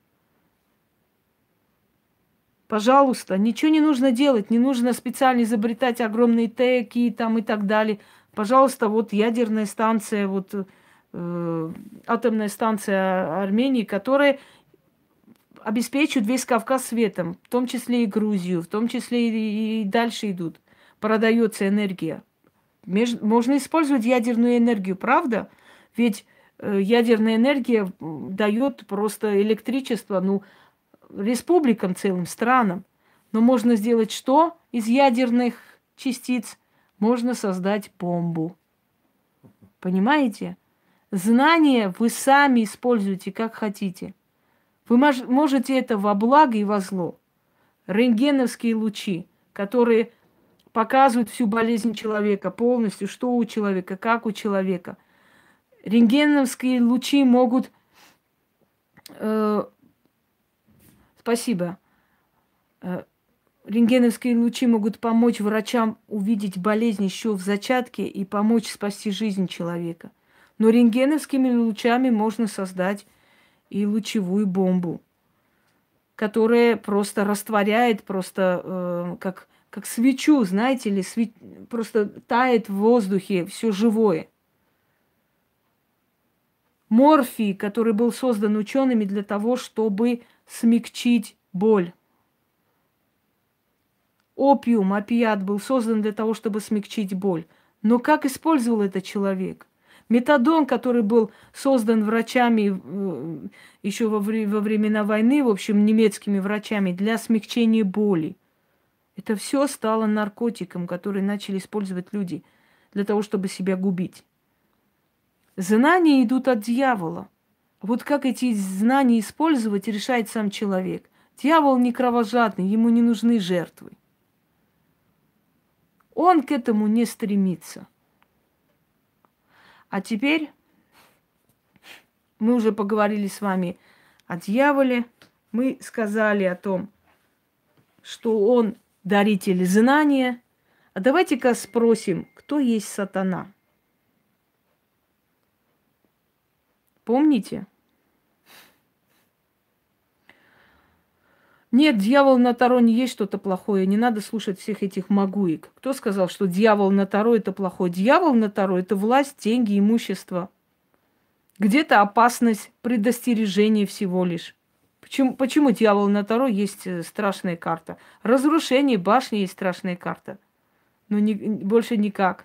A: Пожалуйста, ничего не нужно делать, не нужно специально изобретать огромные ТЭКи там и так далее. Пожалуйста, вот ядерная станция, вот атомная станция Армении, которая обеспечивает весь Кавказ светом, в том числе и Грузию, в том числе и дальше идут. Продается энергия. Можно использовать ядерную энергию, правда? Ведь ядерная энергия дает просто электричество, ну, республикам целым, странам. Но можно сделать что из ядерных частиц? Можно создать бомбу. Понимаете? Знания вы сами используете, как хотите. Вы можете это во благо и во зло. Рентгеновские лучи, которые показывают всю болезнь человека полностью, что у человека, как у человека. Рентгеновские лучи могут... спасибо. Рентгеновские лучи могут помочь врачам увидеть болезнь еще в зачатке и помочь спасти жизнь человека. Но рентгеновскими лучами можно создать и лучевую бомбу, которая просто растворяет, просто как свечу, знаете ли, просто тает в воздухе все живое. Морфий, который был создан учеными для того, чтобы смягчить боль. Опиум, опиат был создан для того, чтобы смягчить боль. Но как использовал это человек? Метадон, который был создан врачами еще во времена войны, в общем, немецкими врачами, для смягчения боли. Это все стало наркотиком, который начали использовать люди для того, чтобы себя губить. Знания идут от дьявола. Вот как эти знания использовать, решает сам человек. Дьявол не кровожадный, ему не нужны жертвы. Он к этому не стремится. А теперь мы уже поговорили с вами о дьяволе. Мы сказали о том, что он даритель знания. А давайте-ка спросим, кто есть сатана? Помните? Нет, дьявол на Таро не есть что-то плохое. Не надо слушать всех этих магуек. Кто сказал, что дьявол на Таро это плохое? Дьявол на Таро это власть, деньги, имущество. Где-то опасность, предостережение всего лишь. Почему дьявол на Таро есть страшная карта? Разрушение башни есть страшная карта. Но больше никак.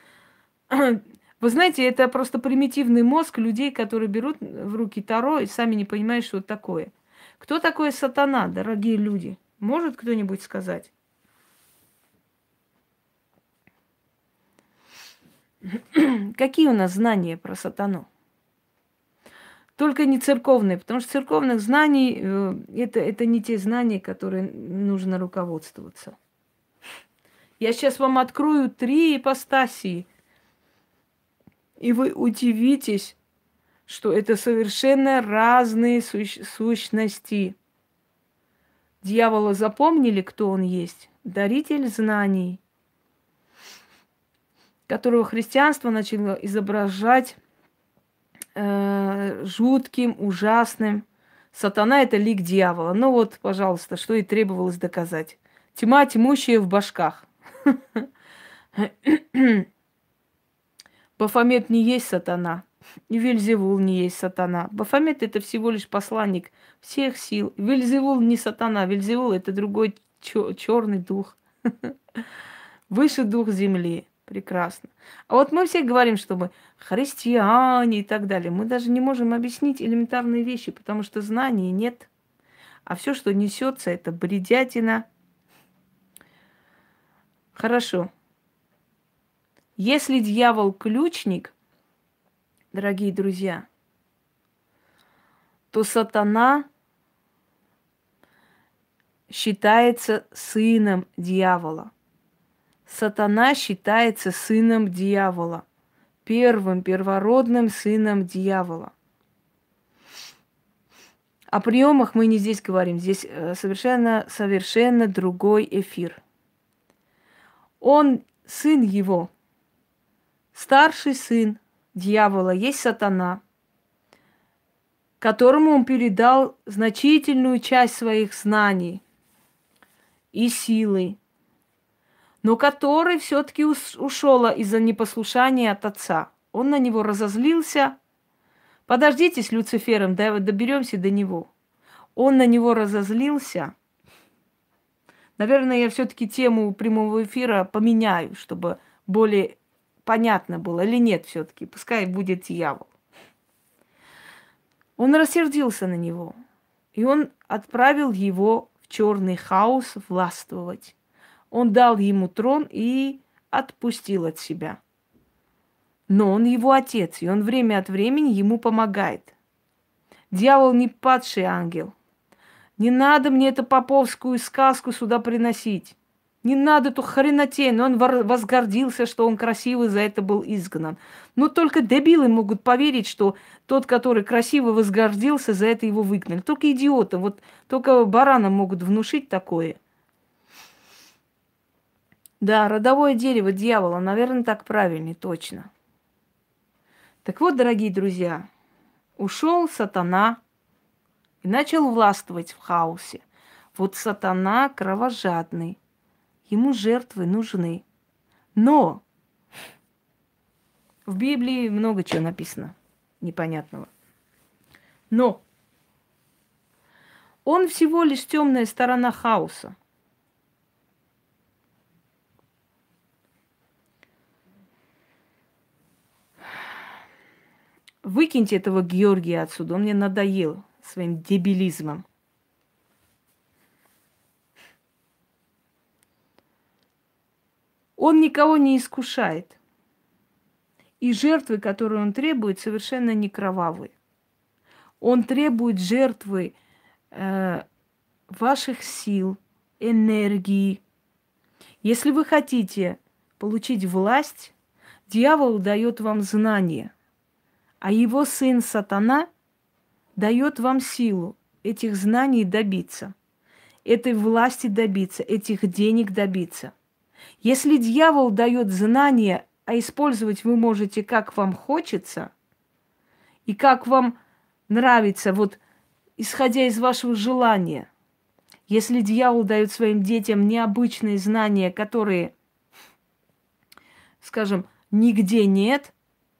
A: Вы знаете, это просто примитивный мозг людей, которые берут в руки Таро и сами не понимают, что это такое. Кто такой сатана, дорогие люди? Может кто-нибудь сказать? Какие у нас знания про сатану? Только не церковные, потому что церковных знаний это не те знания, которые нужно руководствоваться. Я сейчас вам открою 3 ипостасии, и вы удивитесь, что это совершенно разные сущности. Дьявола запомнили, кто он есть? Даритель знаний, которого христианство начало изображать жутким, ужасным. Сатана – это лик дьявола. Ну вот, пожалуйста, что и требовалось доказать. Тьма тьмущая в башках. Бафомет не есть сатана. И Вельзевул не есть сатана. Бафомет – это всего лишь посланник всех сил. Вельзевул не сатана. Вельзевул – это другой черный дух. Высший дух земли. Прекрасно. А вот мы все говорим, что мы христиане и так далее. Мы даже не можем объяснить элементарные вещи, потому что знаний нет. А все, что несется, это бредятина. Хорошо. Если дьявол ключник, дорогие друзья, то сатана считается сыном дьявола. Сатана считается сыном дьявола, первым первородным сыном дьявола. О приемах мы не здесь говорим, здесь совершенно другой эфир. Он сын его, Старший сын дьявола есть сатана, которому он передал значительную часть своих знаний и силы, но который все-таки ушел из-за непослушания от отца. Он на него разозлился. Подождите с Люцифером, доберемся до него. Он на него разозлился. Наверное, я все-таки тему прямого эфира поменяю, чтобы более понятно было. Или нет все-таки, пускай будет дьявол. Он рассердился на него. И он отправил его в черный хаос властвовать. Он дал ему трон и отпустил от себя. Но он его отец, и он время от времени ему помогает. Дьявол не падший ангел. Не надо мне эту поповскую сказку сюда приносить. Не надо эту хренотень. Он возгордился, что он красивый, за это был изгнан. Но только дебилы могут поверить, что тот, который красиво возгордился, за это его выгнали. Только идиоты. Вот только баранам могут внушить такое. Да, родовое дерево дьявола, наверное, так правильнее, точно. Так вот, дорогие друзья, ушел сатана и начал властвовать в хаосе. Вот сатана кровожадный, ему жертвы нужны. Но в Библии много чего написано непонятного. Но он всего лишь темная сторона хаоса. Выкиньте этого Георгия отсюда, он мне надоел своим дебилизмом. Он никого не искушает. И жертвы, которые он требует, совершенно не кровавые. Он требует жертвы ваших сил, энергии. Если вы хотите получить власть, дьявол дает вам знания, а его сын сатана дает вам силу этих знаний добиться, этой власти добиться, этих денег добиться. Если дьявол дает знания, а использовать вы можете, как вам хочется, и как вам нравится, вот исходя из вашего желания. Если дьявол дает своим детям необычные знания, которые, скажем, нигде нет,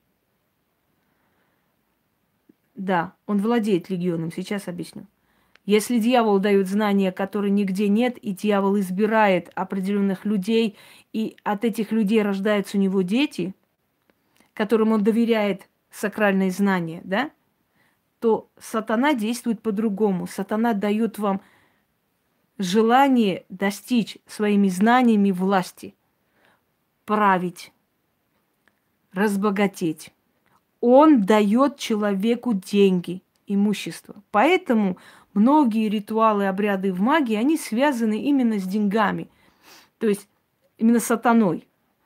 A: да, он владеет легионом, сейчас объясню. Если дьявол дает знания, которые нигде нет, и дьявол избирает определенных людей, и от этих людей рождаются у него дети, которым он доверяет сакральные знания, да, то сатана действует по-другому. Сатана дает вам желание достичь своими знаниями власти, править, разбогатеть. Он дает человеку деньги, имущество. Поэтому многие ритуалы, обряды в магии, они связаны именно с деньгами. То есть именно с сатаной.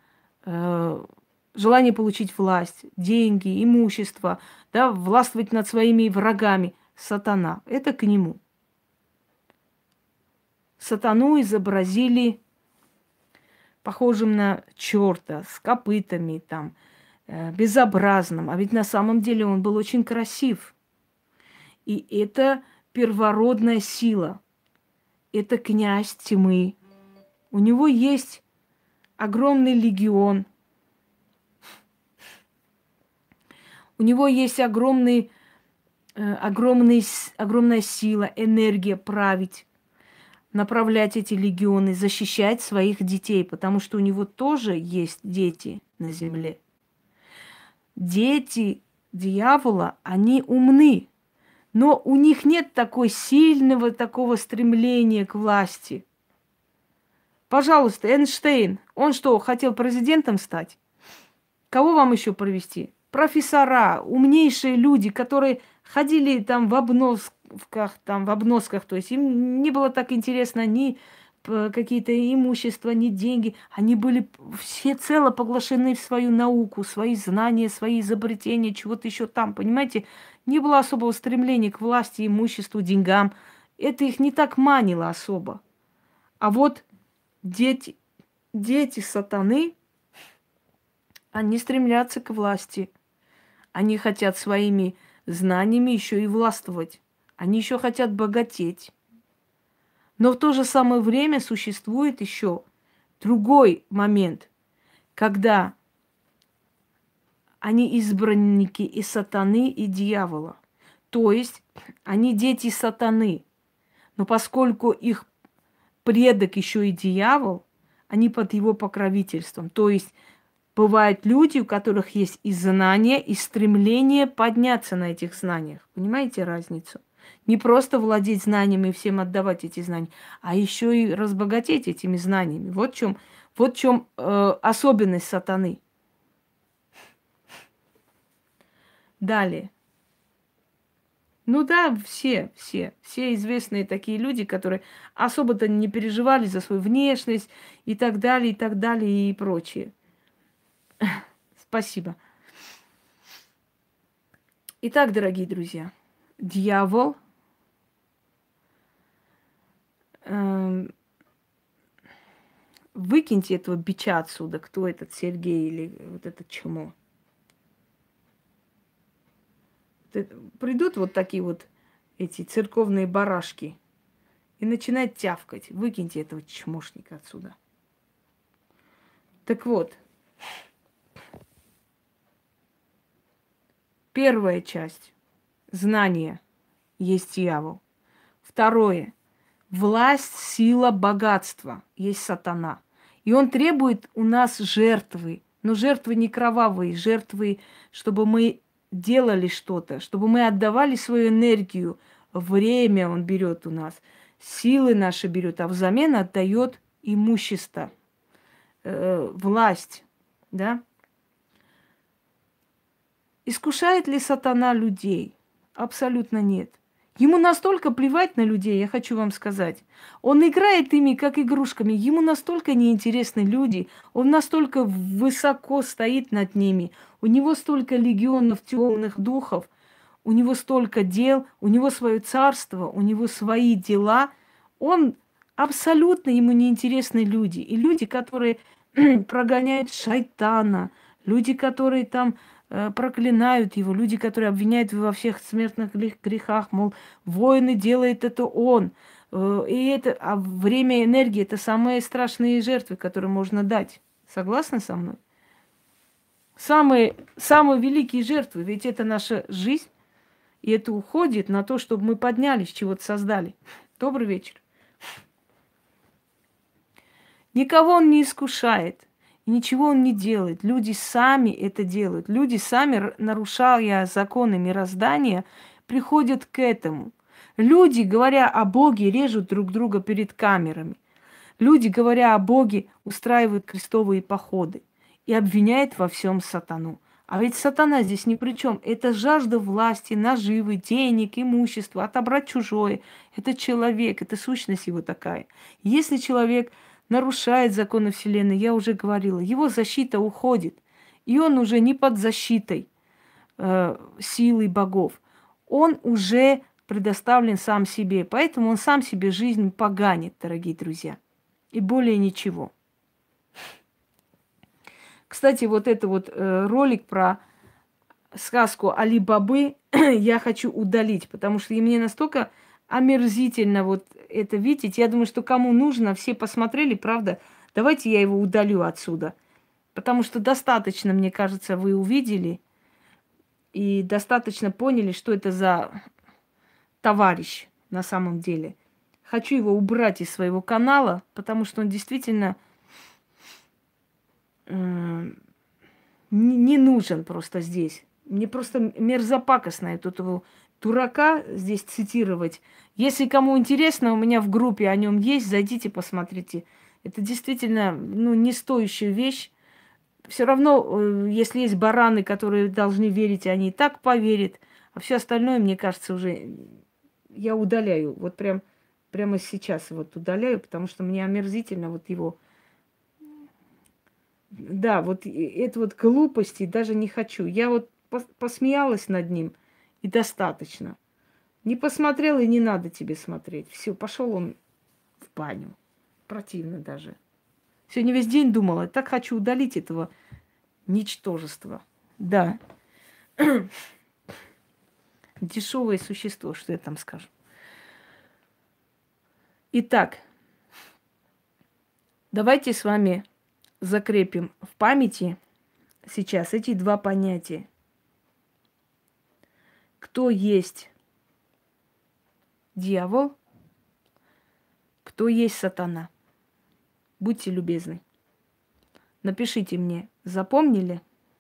A: Желание получить власть, деньги, имущество, да, властвовать над своими врагами. Сатана. Это к нему. Сатану изобразили похожим на черта, с копытами, там, безобразным. А ведь на самом деле он был очень красив. И это первородная сила. Это князь тьмы. У него есть огромный легион. У него есть огромная сила, энергия править, направлять эти легионы, защищать своих детей, потому что у него тоже есть дети на земле. Дети дьявола, они умны, но у них нет такой сильного такого стремления к власти. Пожалуйста, Эйнштейн, он что, хотел президентом стать? Кого вам еще провести? Профессора, умнейшие люди, которые ходили там в обносках, то есть им не было так интересно ни какие-то имущества, ни деньги. Они были всецело поглощены в свою науку, свои знания, свои изобретения, чего-то еще там, понимаете? Не было особого стремления к власти, имуществу, деньгам. Это их не так манило особо. А вот дети сатаны, Они стремятся к власти. Они хотят своими знаниями еще и властвовать. Они еще хотят богатеть. Но в то же самое время существует еще другой момент, когда они избранники и сатаны, и дьявола. То есть они дети сатаны. Но поскольку их предок еще и дьявол, они под его покровительством. То есть бывают люди, у которых есть и знания, и стремление подняться на этих знаниях. Понимаете разницу? Не просто владеть знаниями и всем отдавать эти знания, а еще и разбогатеть этими знаниями. Вот в чем особенность сатаны. Далее. Ну да, все известные такие люди, которые особо-то не переживали за свою внешность и так далее, и прочее. Спасибо. Итак, дорогие друзья, дьявол выкиньте этого бича отсюда, кто этот Сергей или вот это чмо. Придут вот такие вот эти церковные барашки и начинают тявкать. Выкиньте этого чмошника отсюда. Так вот, первая часть – знание есть дьявол. Второе – власть, сила, богатство есть сатана. И он требует у нас жертвы. Но жертвы не кровавые, жертвы, чтобы мы делали что-то, чтобы мы отдавали свою энергию, время он берет у нас, силы наши берет, а взамен отдает имущество, власть, да? Искушает ли сатана людей? Абсолютно нет. Ему настолько плевать на людей, я хочу вам сказать. Он играет ими, как игрушками. Ему настолько неинтересны люди. Он настолько высоко стоит над ними. У него столько легионов темных духов. У него столько дел. У него свое царство. У него свои дела. Он абсолютно ему неинтересны люди. И люди, которые прогоняют шайтана. Люди, которые там проклинают его, люди, которые обвиняют его во всех смертных грехах, мол, воины делает это он. А время и энергия – это самые страшные жертвы, которые можно дать. Согласны со мной? Самые великие жертвы, ведь это наша жизнь, и это уходит на то, чтобы мы поднялись, чего-то создали. Добрый вечер. Никого он не искушает. И ничего он не делает. Люди сами это делают. Люди сами, нарушая законы мироздания, приходят к этому. Люди, говоря о Боге, режут друг друга перед камерами. Люди, говоря о Боге, устраивают крестовые походы и обвиняют во всем сатану. А ведь сатана здесь ни при чем. Это жажда власти, наживы, денег, имущества, отобрать чужое. Это человек, это сущность его такая. Если человек нарушает законы Вселенной, я уже говорила, его защита уходит. И он уже не под защитой силы богов. Он уже предоставлен сам себе. Поэтому он сам себе жизнь поганит, дорогие друзья. И более ничего. Кстати, вот это вот ролик про сказку Али-Бабы я хочу удалить, потому что мне настолько омерзительно вот это видеть. Я думаю, что кому нужно, все посмотрели, правда? Давайте я его удалю отсюда. Потому что достаточно, мне кажется, вы увидели и достаточно поняли, что это за товарищ на самом деле. Хочу его убрать из своего канала, потому что он действительно не нужен просто здесь. Мне просто мерзопакостно этого дурака здесь цитировать. Если кому интересно, у меня в группе о нем есть, зайдите, посмотрите. Это действительно, не стоящая вещь. Все равно, если есть бараны, которые должны верить, они и так поверят. А все остальное, мне кажется, уже я удаляю. Вот прямо сейчас вот удаляю, потому что мне омерзительно вот его. Да, вот это вот глупости даже не хочу. Я вот посмеялась над ним, и достаточно. Не посмотрел, и не надо тебе смотреть. Все, пошел он в баню. Противно даже. Сегодня весь день думала, так хочу удалить этого Ничтожество. Да. Дешевое существо, что я там скажу. Итак, давайте с вами закрепим в памяти сейчас эти два понятия. Кто есть дьявол, кто есть сатана. Будьте любезны. Напишите мне, запомнили?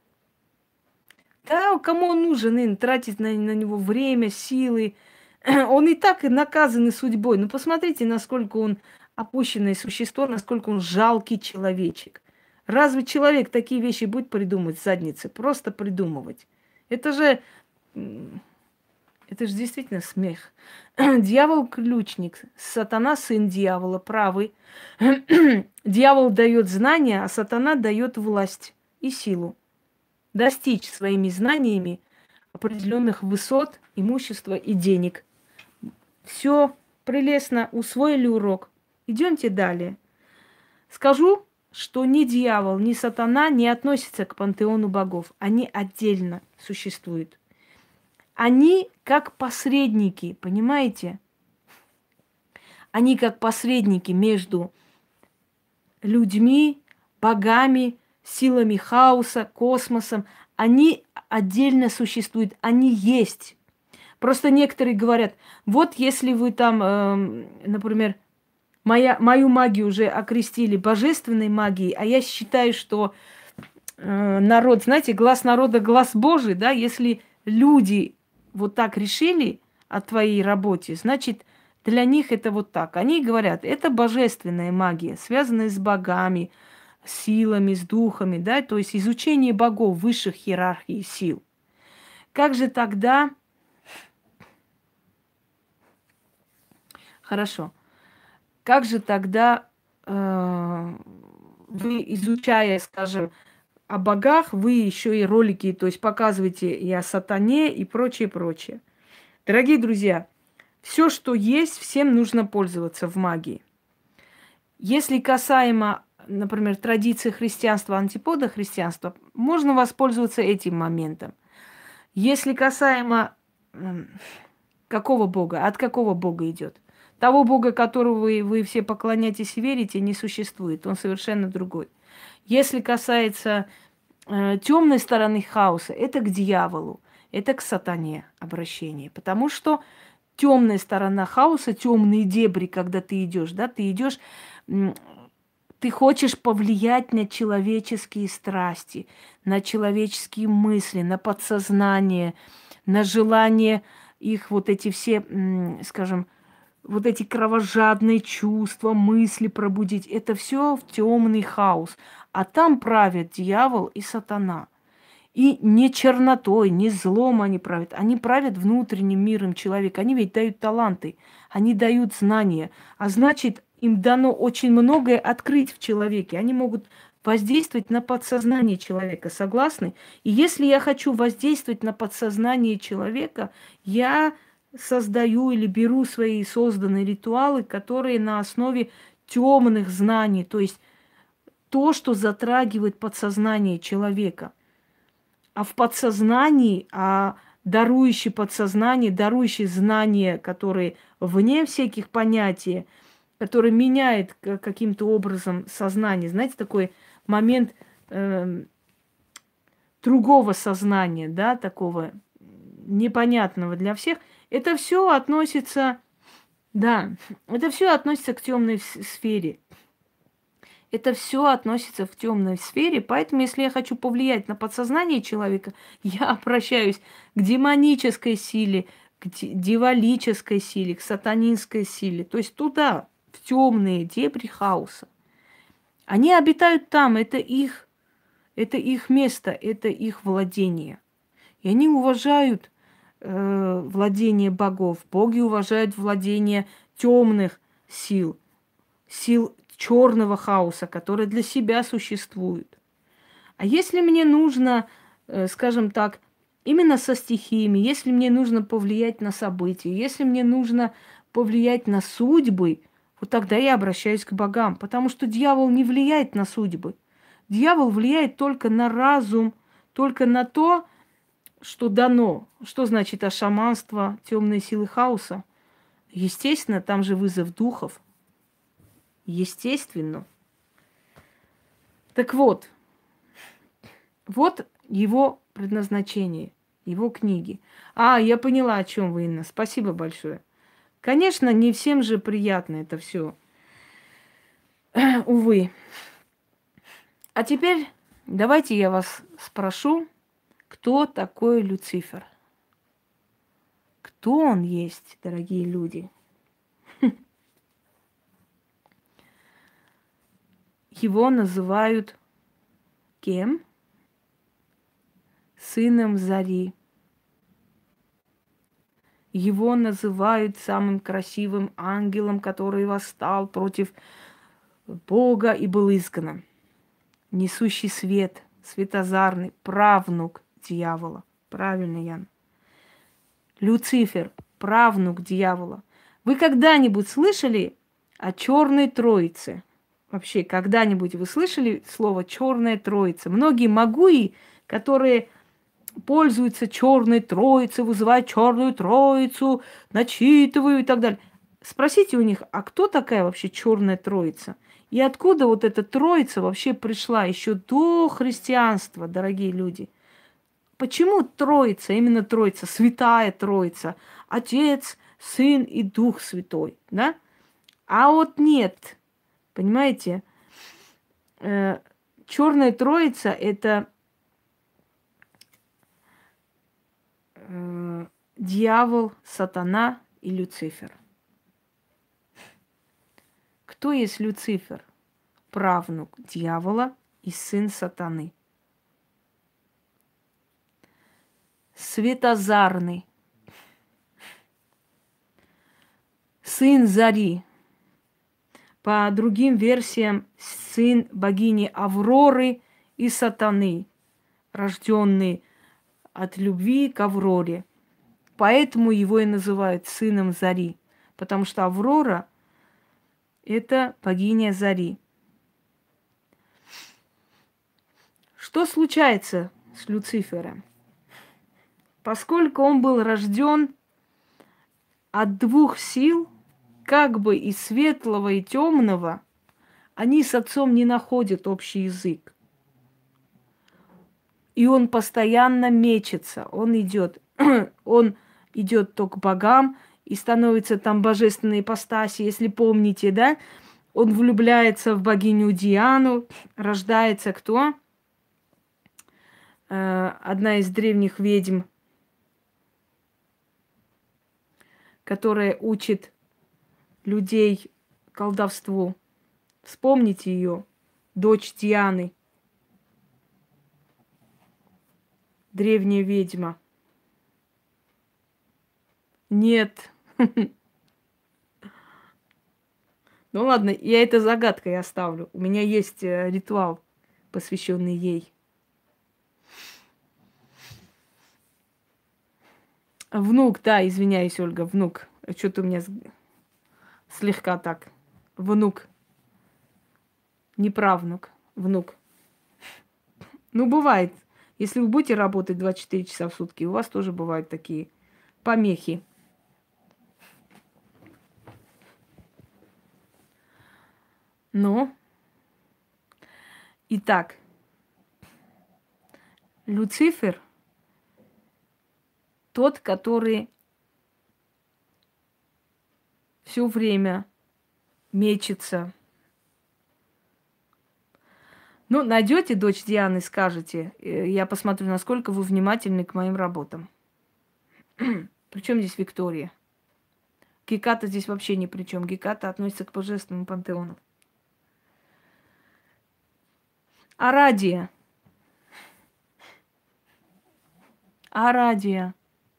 A: Да, кому он нужен, тратить на него время, силы. Он и так наказанный судьбой. Ну, посмотрите, насколько он опущенное существо, насколько он жалкий человечек. Разве человек такие вещи будет придумывать с задницы? Просто придумывать. Это же действительно смех. Дьявол ключник, сатана сын дьявола, правый. Дьявол дает знания, а сатана дает власть и силу достичь своими знаниями определенных высот, имущества и денег. Все прелестно, усвоили урок. Идемте далее. Скажу, что ни дьявол, ни сатана не относятся к пантеону богов. Они отдельно существуют. Они как посредники, понимаете? Они как посредники между людьми, богами, силами хаоса, космосом. Они отдельно существуют, они есть. Просто некоторые говорят, вот если вы там, например, мою магию уже окрестили божественной магией, а я считаю, что народ, знаете, глаз народа, глаз Божий, да, если люди вот так решили о твоей работе, значит, для них это вот так. Они говорят, это божественная магия, связанная с богами, силами, с духами, да, то есть изучение богов, высших иерархий сил. Как же тогда... Хорошо. Как же тогда вы, изучая, скажем, о богах, вы еще и ролики, то есть показываете и о сатане, и прочее, прочее. Дорогие друзья, все, что есть, всем нужно пользоваться в магии. Если касаемо, например, традиции христианства, антипода христианства, можно воспользоваться этим моментом. Если касаемо какого бога, от какого бога идет? Того бога, которого вы все поклоняетесь и верите, не существует. Он совершенно другой. Если касается темной стороны хаоса, это к дьяволу, это к сатане обращение. Потому что темная сторона хаоса, темные дебри, когда ты идешь, да, ты идешь, ты хочешь повлиять на человеческие страсти, на человеческие мысли, на подсознание, на желание их вот эти все, скажем, вот эти кровожадные чувства, мысли пробудить. Это все в темный хаос. А там правят дьявол и сатана. И не чернотой, не злом они правят. Они правят внутренним миром человека. Они ведь дают таланты, они дают знания. А значит, им дано очень многое открыть в человеке. Они могут воздействовать на подсознание человека. Согласны? И если я хочу воздействовать на подсознание человека, я создаю или беру свои созданные ритуалы, которые на основе темных знаний, то есть то, что затрагивает подсознание человека. А в подсознании, дарующий подсознание, дарующий знания, которые вне всяких понятий, который меняет каким-то образом сознание. Знаете, такой момент другого сознания, да, такого непонятного для всех. Это все относится, да, это все относится к темной сфере. Это все относится в темной сфере, поэтому, если я хочу повлиять на подсознание человека, я обращаюсь к демонической силе, к дьяволической силе, к сатанинской силе, то есть туда, в темные дебри хаоса. Они обитают там, это их место, это их владение. И они уважают владение богов. Боги уважают владение темных сил, сил черного хаоса, которые для себя существуют. А если мне нужно, скажем так, именно со стихиями, если мне нужно повлиять на события, если мне нужно повлиять на судьбы, вот тогда я обращаюсь к богам, потому что дьявол не влияет на судьбы. Дьявол влияет только на разум, только на то, что дано. Что значит шаманство, темные силы хаоса? Естественно, там же вызов духов. Естественно. Так вот, вот его предназначение, его книги. Я поняла, о чем вы, Инна. Спасибо большое. Конечно, не всем же приятно это все. Увы. А теперь давайте я вас спрошу, кто такой Люцифер? Кто он есть, дорогие люди? Его называют кем? Сыном Зари. Его называют самым красивым ангелом, который восстал против Бога и был изгнан. Несущий свет, светозарный, правнук дьявола. Правильно, Ян. Люцифер, правнук дьявола. Вы когда-нибудь слышали о Черной Троице? Вообще, когда-нибудь вы слышали слово Черная Троица? Многие магуи, которые пользуются Черной Троицей, вызывают Черную Троицу, начитывают и так далее. Спросите у них, а кто такая вообще Черная Троица? И откуда вот эта Троица вообще пришла еще до христианства, дорогие люди? Почему Троица, именно Троица, Святая Троица, Отец, Сын и Дух Святой, да? А вот нет, понимаете? Черная Троица – это дьявол, сатана и Люцифер. Кто есть Люцифер? Правнук дьявола и сын сатаны. Светозарный. Сын Зари. По другим версиям, сын богини Авроры и сатаны, рожденный от любви к Авроре. Поэтому его и называют сыном Зари, потому что Аврора – это богиня Зари. Что случается с Люцифером? Поскольку он был рожден от двух сил, как бы и светлого, и темного, они с отцом не находят общий язык. И он постоянно мечется, он идет то к богам и становится там божественной ипостаси, если помните, да? Он влюбляется в богиню Диану, рождается кто? Одна из древних ведьм, которая учит людей колдовству. Вспомните ее, дочь Дианы, древняя ведьма. Нет. Ну ладно, я это загадкой оставлю. У меня есть ритуал, посвященный ей. Внук, да, извиняюсь, Ольга, внук. Что-то у меня слегка так. Внук. Не правнук, внук. Ну, бывает. Если вы будете работать 24 часа в сутки, у вас тоже бывают такие помехи. Но, итак, Люцифер тот, который все время мечется. Ну, найдете дочь Дианы, скажете, я посмотрю, насколько вы внимательны к моим работам. Причем здесь Виктория? Геката здесь вообще ни при чем. Геката относится к божественному пантеону. Арадия. Арадия.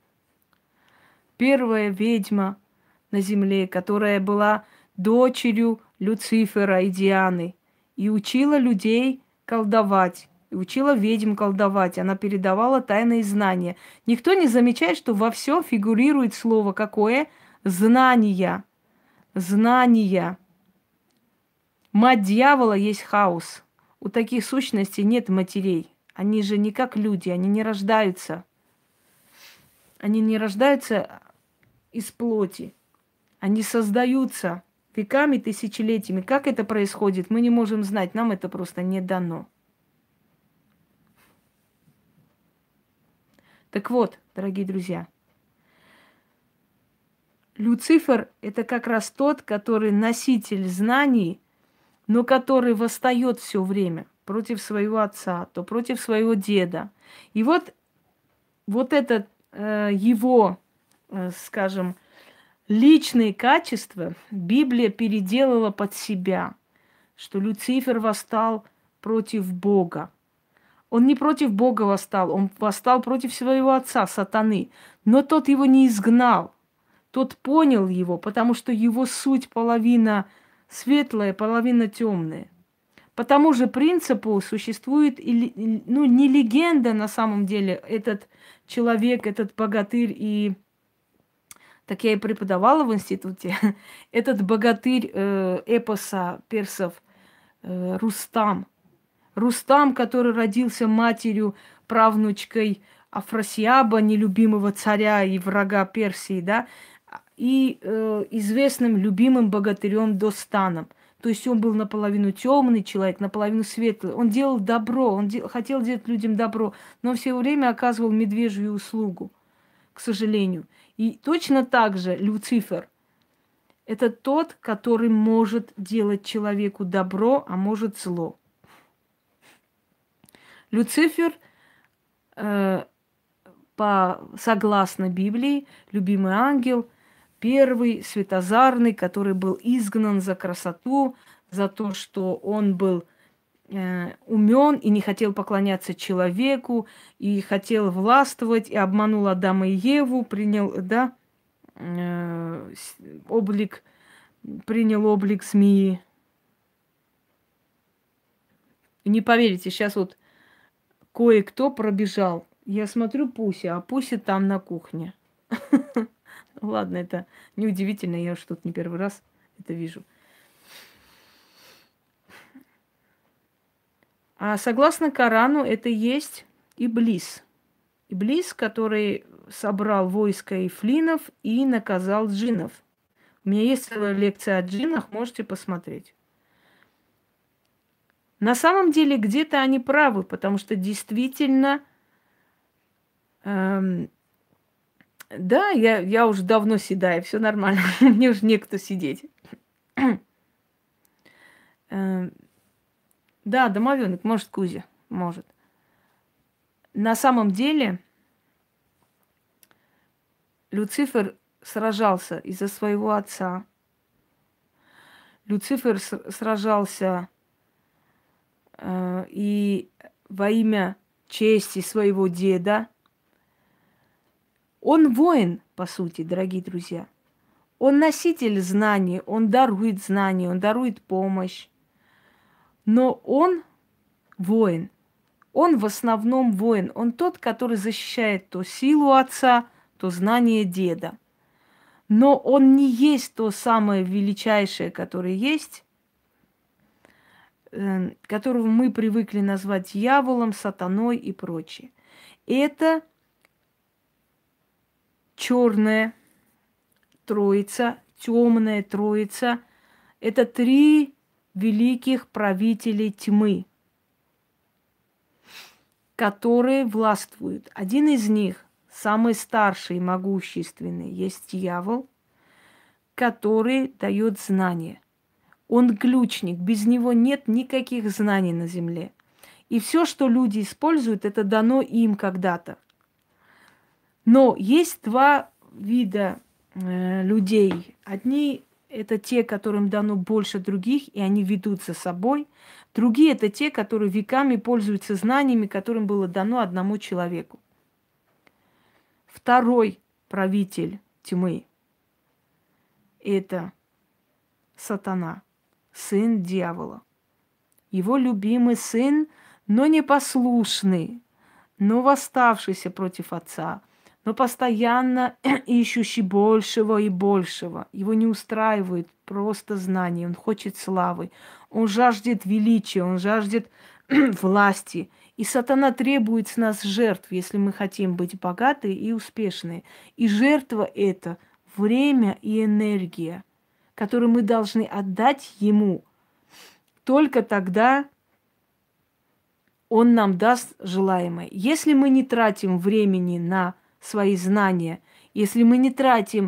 A: Первая ведьма на земле, которая была дочерью Люцифера и Дианы. И учила людей колдовать. И учила ведьм колдовать. Она передавала тайные знания. Никто не замечает, что во всем фигурирует слово какое? Знания. Знания. Мать дьявола есть хаос. У таких сущностей нет матерей. Они же не как люди, они не рождаются. Они не рождаются из плоти. Они создаются веками, тысячелетиями. Как это происходит, мы не можем знать. Нам это просто не дано. Так вот, дорогие друзья, Люцифер – это как раз тот, который носитель знаний, но который восстает все время против своего отца, то против своего деда. И вот это его, скажем, личные качества Библия переделала под себя, что Люцифер восстал против Бога. Он не против Бога восстал, он восстал против своего отца, сатаны. Но тот его не изгнал, тот понял его, потому что его суть половина светлая, половина темная. По тому же принципу существует, не легенда на самом деле, этот человек, этот богатырь, и так я и преподавала в институте, этот богатырь эпоса персов Рустам. Рустам, который родился матерью, правнучкой Афрасиаба, нелюбимого царя и врага Персии, да, и известным любимым богатырем Достаном. То есть он был наполовину темный человек, наполовину светлый. Он делал добро, он хотел делать людям добро, но все время оказывал медвежью услугу, к сожалению. И точно так же Люцифер – это тот, который может делать человеку добро, а может зло. Люцифер, согласно Библии, любимый ангел, первый светозарный, который был изгнан за красоту, за то, что он был умен и не хотел поклоняться человеку, и хотел властвовать, и обманул Адама и Еву, принял облик змеи. И не поверите, сейчас вот кое-кто пробежал. Я смотрю Пуся, а Пуся там на кухне. Ладно, это неудивительно, я уж тут не первый раз это вижу. А согласно Корану, это есть Иблис. Иблис, который собрал войско ифлинов и наказал джиннов. У меня есть целая лекция о джиннах, можете посмотреть. На самом деле где-то они правы, потому что действительно, да, я уже давно седая, все нормально, мне уже некуда сидеть. Да, домовенок, может, Кузя, может. На самом деле Люцифер сражался из-за своего отца. Люцифер сражался и во имя чести своего деда. Он воин, по сути, дорогие друзья. Он носитель знаний, он дарует знания, он дарует помощь. Но он воин. Он в основном воин. Он тот, который защищает то силу отца, то знание деда. Но он не есть то самое величайшее, которое есть, которого мы привыкли назвать дьяволом, сатаной и прочее. Это черная троица, темная троица. Это три великих правителей тьмы, которые властвуют. Один из них, самый старший и могущественный, есть дьявол, который дает знания. Он ключник, без него нет никаких знаний на земле. И все, что люди используют, это дано им когда-то. Но есть два вида людей. Одни – это те, которым дано больше других, и они ведут за собой. Другие – это те, которые веками пользуются знаниями, которым было дано одному человеку. Второй правитель тьмы – это сатана, сын дьявола. Его любимый сын, но непослушный, но восставшийся против отца, но постоянно ищущий большего и большего. Его не устраивает просто знание, он хочет славы, он жаждет величия, он жаждет власти. И сатана требует с нас жертв, если мы хотим быть богаты и успешные. И жертва это время и энергия, которые мы должны отдать ему. Только тогда он нам даст желаемое. Если мы не тратим времени на свои знания, если мы не тратим...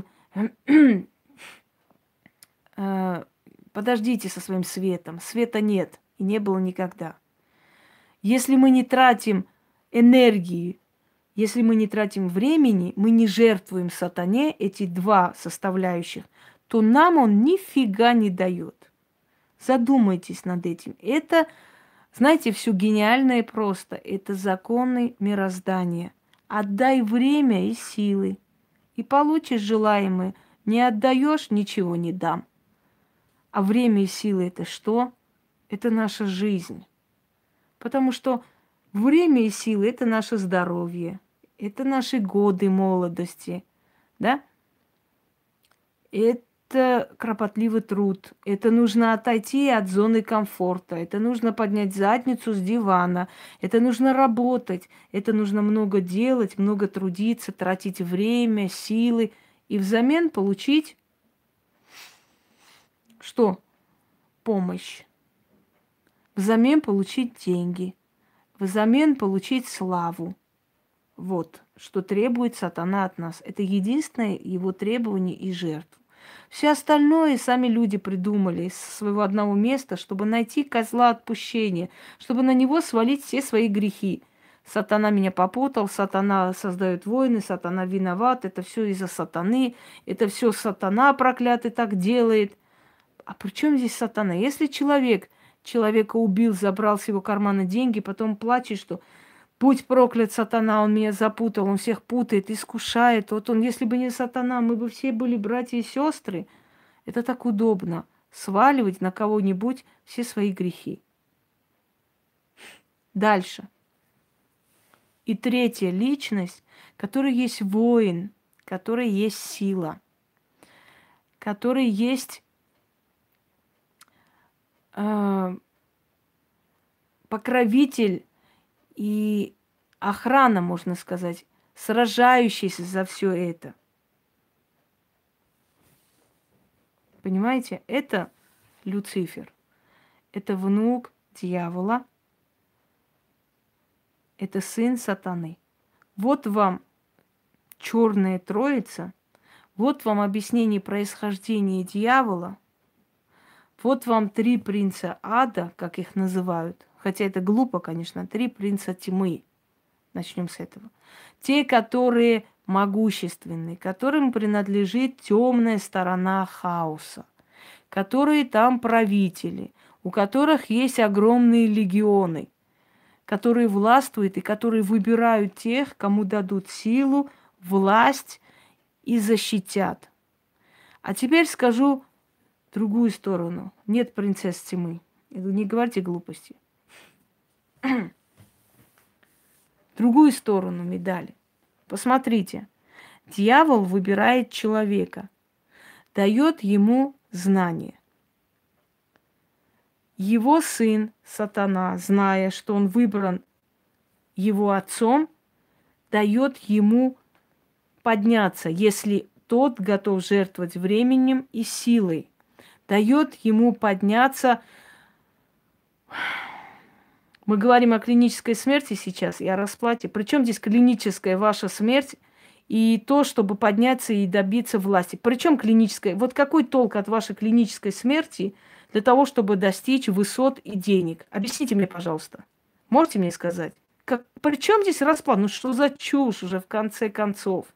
A: Подождите со своим светом. Света нет и не было никогда. Если мы не тратим энергии, если мы не тратим времени, мы не жертвуем сатане эти два составляющих, то нам он нифига не дает. Задумайтесь над этим. Это, знаете, все гениально и просто. Это законы мироздания. Отдай время и силы, и получишь желаемое. Не отдаешь, ничего не дам. А время и силы это что? Это наша жизнь. Потому что время и силы это наше здоровье, это наши годы молодости, да? Это кропотливый труд, это нужно отойти от зоны комфорта, это нужно поднять задницу с дивана, это нужно работать, это нужно много делать, много трудиться, тратить время, силы и взамен получить что? Помощь. Взамен получить деньги. Взамен получить славу. Вот, что требует сатана от нас. Это единственное его требование и жертва. Все остальное сами люди придумали из своего одного места, чтобы найти козла отпущения, чтобы на него свалить все свои грехи. Сатана меня попутал, сатана создает войны, сатана виноват, это все из-за сатаны, это все сатана проклятый так делает. А при чем здесь сатана? Если человека убил, забрал с его кармана деньги, потом плачет, что будь проклят сатана, он меня запутал, он всех путает, искушает. Вот он, если бы не сатана, мы бы все были братья и сестры. Это так удобно, сваливать на кого-нибудь все свои грехи. Дальше. И третья личность, которая есть воин, которая есть сила, которая есть покровитель и охрана, можно сказать, сражающийся за все это. Понимаете? Это Люцифер. Это внук дьявола. Это сын сатаны. Вот вам черная троица. Вот вам объяснение происхождения дьявола. Вот вам три принца ада, как их называют. Хотя это глупо, конечно. Три принца тьмы. Начнем с этого. Те, которые могущественны, которым принадлежит темная сторона хаоса, которые там правители, у которых есть огромные легионы, которые властвуют и которые выбирают тех, кому дадут силу, власть и защитят. А теперь скажу другую сторону. Нет принцесс тьмы. Не говорите глупости. Другую сторону медали. Посмотрите. Дьявол выбирает человека, дает ему знания. Его сын, сатана, зная, что он выбран его отцом, дает ему подняться, если тот готов жертвовать временем и силой. Дает ему подняться. Мы говорим о клинической смерти сейчас и о расплате. Причем здесь клиническая ваша смерть и то, чтобы подняться и добиться власти. Причем клиническая. Вот какой толк от вашей клинической смерти для того, чтобы достичь высот и денег? Объясните мне, пожалуйста. Можете мне сказать? При чем здесь расплата? Ну что за чушь уже в конце концов?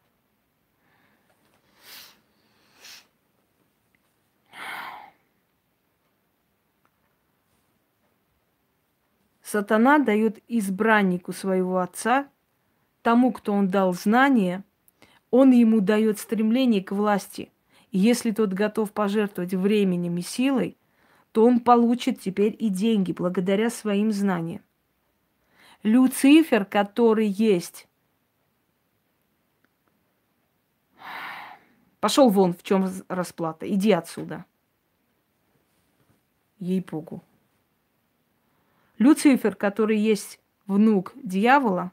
A: Сатана дает избраннику своего отца, тому, кто он дал знания, он ему дает стремление к власти. И если тот готов пожертвовать временем и силой, то он получит теперь и деньги благодаря своим знаниям. Люцифер, который есть, пошел вон, в чем расплата, иди отсюда. Ей-богу. Люцифер, который есть внук дьявола,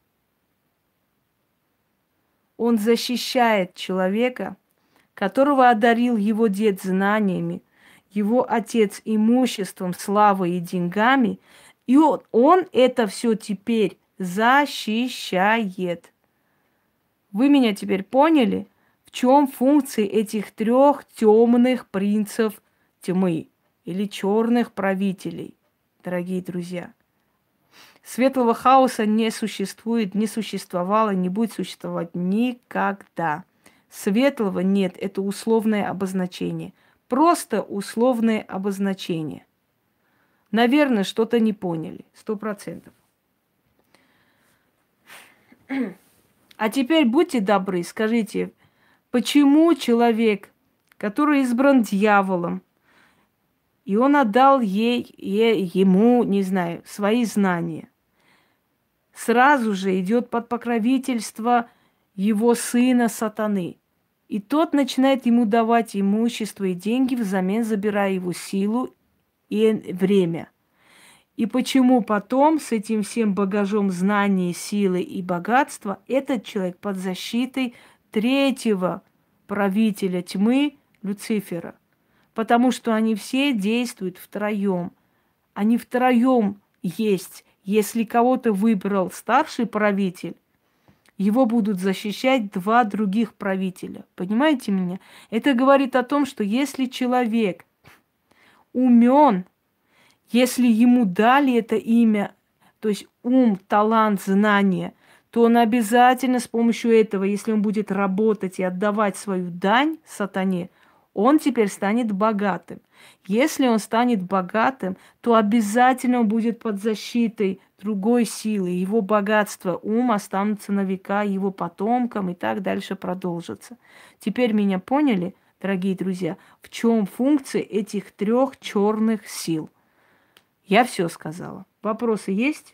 A: он защищает человека, которого одарил его дед знаниями, его отец имуществом, славой и деньгами, и он это все теперь защищает. Вы меня теперь поняли, в чем функции этих трех темных принцев тьмы или черных правителей, дорогие друзья? Светлого хаоса не существует, не существовало, не будет существовать никогда. Светлого нет, это условное обозначение. Просто условное обозначение. Наверное, что-то не поняли, 100%. А теперь будьте добры, скажите, почему человек, который избран дьяволом, и он отдал ему, не знаю, свои знания, сразу же идет под покровительство его сына сатаны. И тот начинает ему давать имущество и деньги, взамен забирая его силу и время. И почему потом с этим всем багажом знаний, силы и богатства этот человек под защитой третьего правителя тьмы Люцифера? Потому что они все действуют втроем. Они втроем есть. Если кого-то выбрал старший правитель, его будут защищать два других правителя. Понимаете меня? Это говорит о том, что если человек умен, если ему дали это имя, то есть ум, талант, знание, то он обязательно с помощью этого, если он будет работать и отдавать свою дань сатане, он теперь станет богатым. Если он станет богатым, то обязательно он будет под защитой другой силы. Его богатство, ум останутся на века его потомкам и так дальше продолжится. Теперь меня поняли, дорогие друзья, в чем функция этих трех черных сил? Я все сказала. Вопросы есть?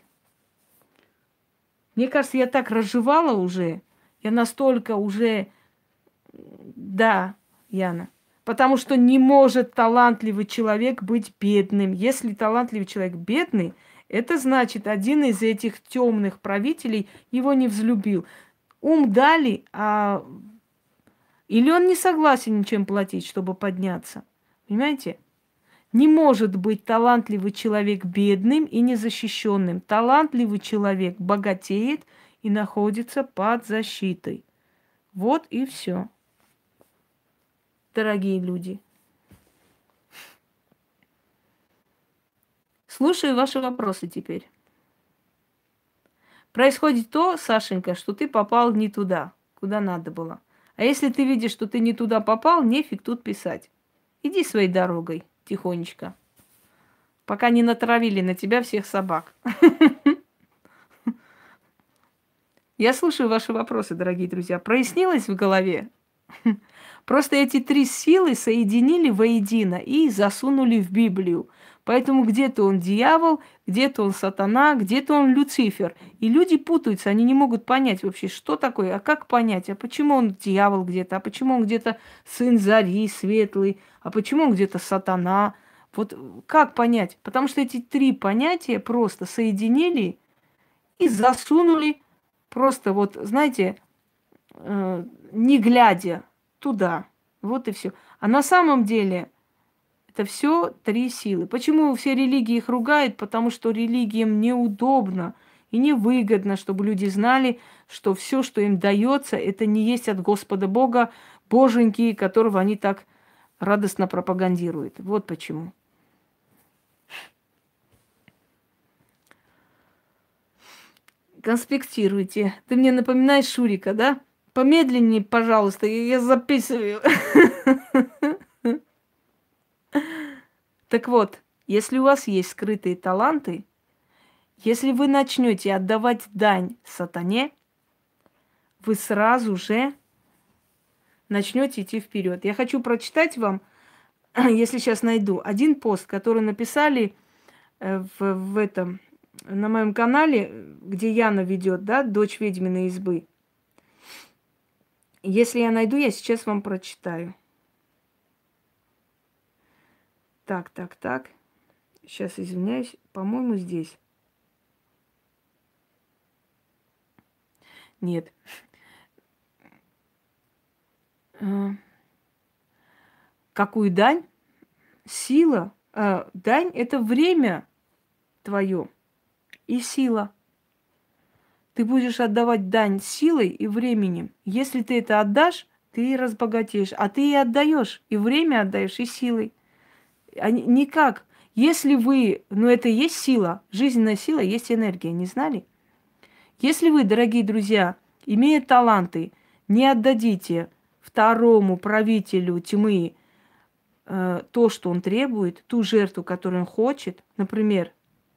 A: Мне кажется, я так разжевала уже. Я настолько уже... Да, Яна. Потому что не может талантливый человек быть бедным. Если талантливый человек бедный, это значит, один из этих темных правителей его не взлюбил. Ум дали, или он не согласен ничем платить, чтобы подняться. Понимаете? Не может быть талантливый человек бедным и незащищенным. Талантливый человек богатеет и находится под защитой. Вот и все. Дорогие люди. Слушаю ваши вопросы теперь. Происходит то, Сашенька, что ты попал не туда, куда надо было. А если ты видишь, что ты не туда попал, нефиг тут писать. Иди своей дорогой, тихонечко. Пока не натравили на тебя всех собак. Я слушаю ваши вопросы, дорогие друзья. Прояснилось в голове? Просто эти три силы соединили воедино и засунули в Библию. Поэтому где-то он дьявол, где-то он сатана, где-то он Люцифер. И люди путаются, они не могут понять вообще, что такое, а как понять, а почему он дьявол где-то, а почему он где-то сын зари, светлый, а почему он где-то сатана. Вот как понять? Потому что эти три понятия просто соединили и засунули просто вот, знаете, не глядя туда. Вот и все. А на самом деле это все три силы. Почему все религии их ругают? Потому что религиям неудобно и невыгодно, чтобы люди знали, что все, что им дается, это не есть от Господа Бога, боженьки, которого они так радостно пропагандируют. Вот почему. Конспектируйте. Ты мне напоминаешь Шурика, да? Помедленнее, пожалуйста, я записываю. Так вот, если у вас есть скрытые таланты, если вы начнете отдавать дань сатане, вы сразу же начнете идти вперед. Я хочу прочитать вам, если сейчас найду, один пост, который написали в этом, на моем канале, где Яна ведет, да, дочь ведьминой избы. Если я найду, я сейчас вам прочитаю. Так. Сейчас, извиняюсь. По-моему, здесь. Нет. Какую дань? Сила. Дань – это время твое и сила. Ты будешь отдавать дань силой и временем. Если ты это отдашь, ты разбогатеешь. А ты и отдаешь, и время отдаешь, и силой. Никак. Если вы, ну это и есть сила, жизненная сила, есть энергия, не знали? Если вы, дорогие друзья, имея таланты, не отдадите второму правителю тьмы то, что он требует, ту жертву, которую он хочет, например,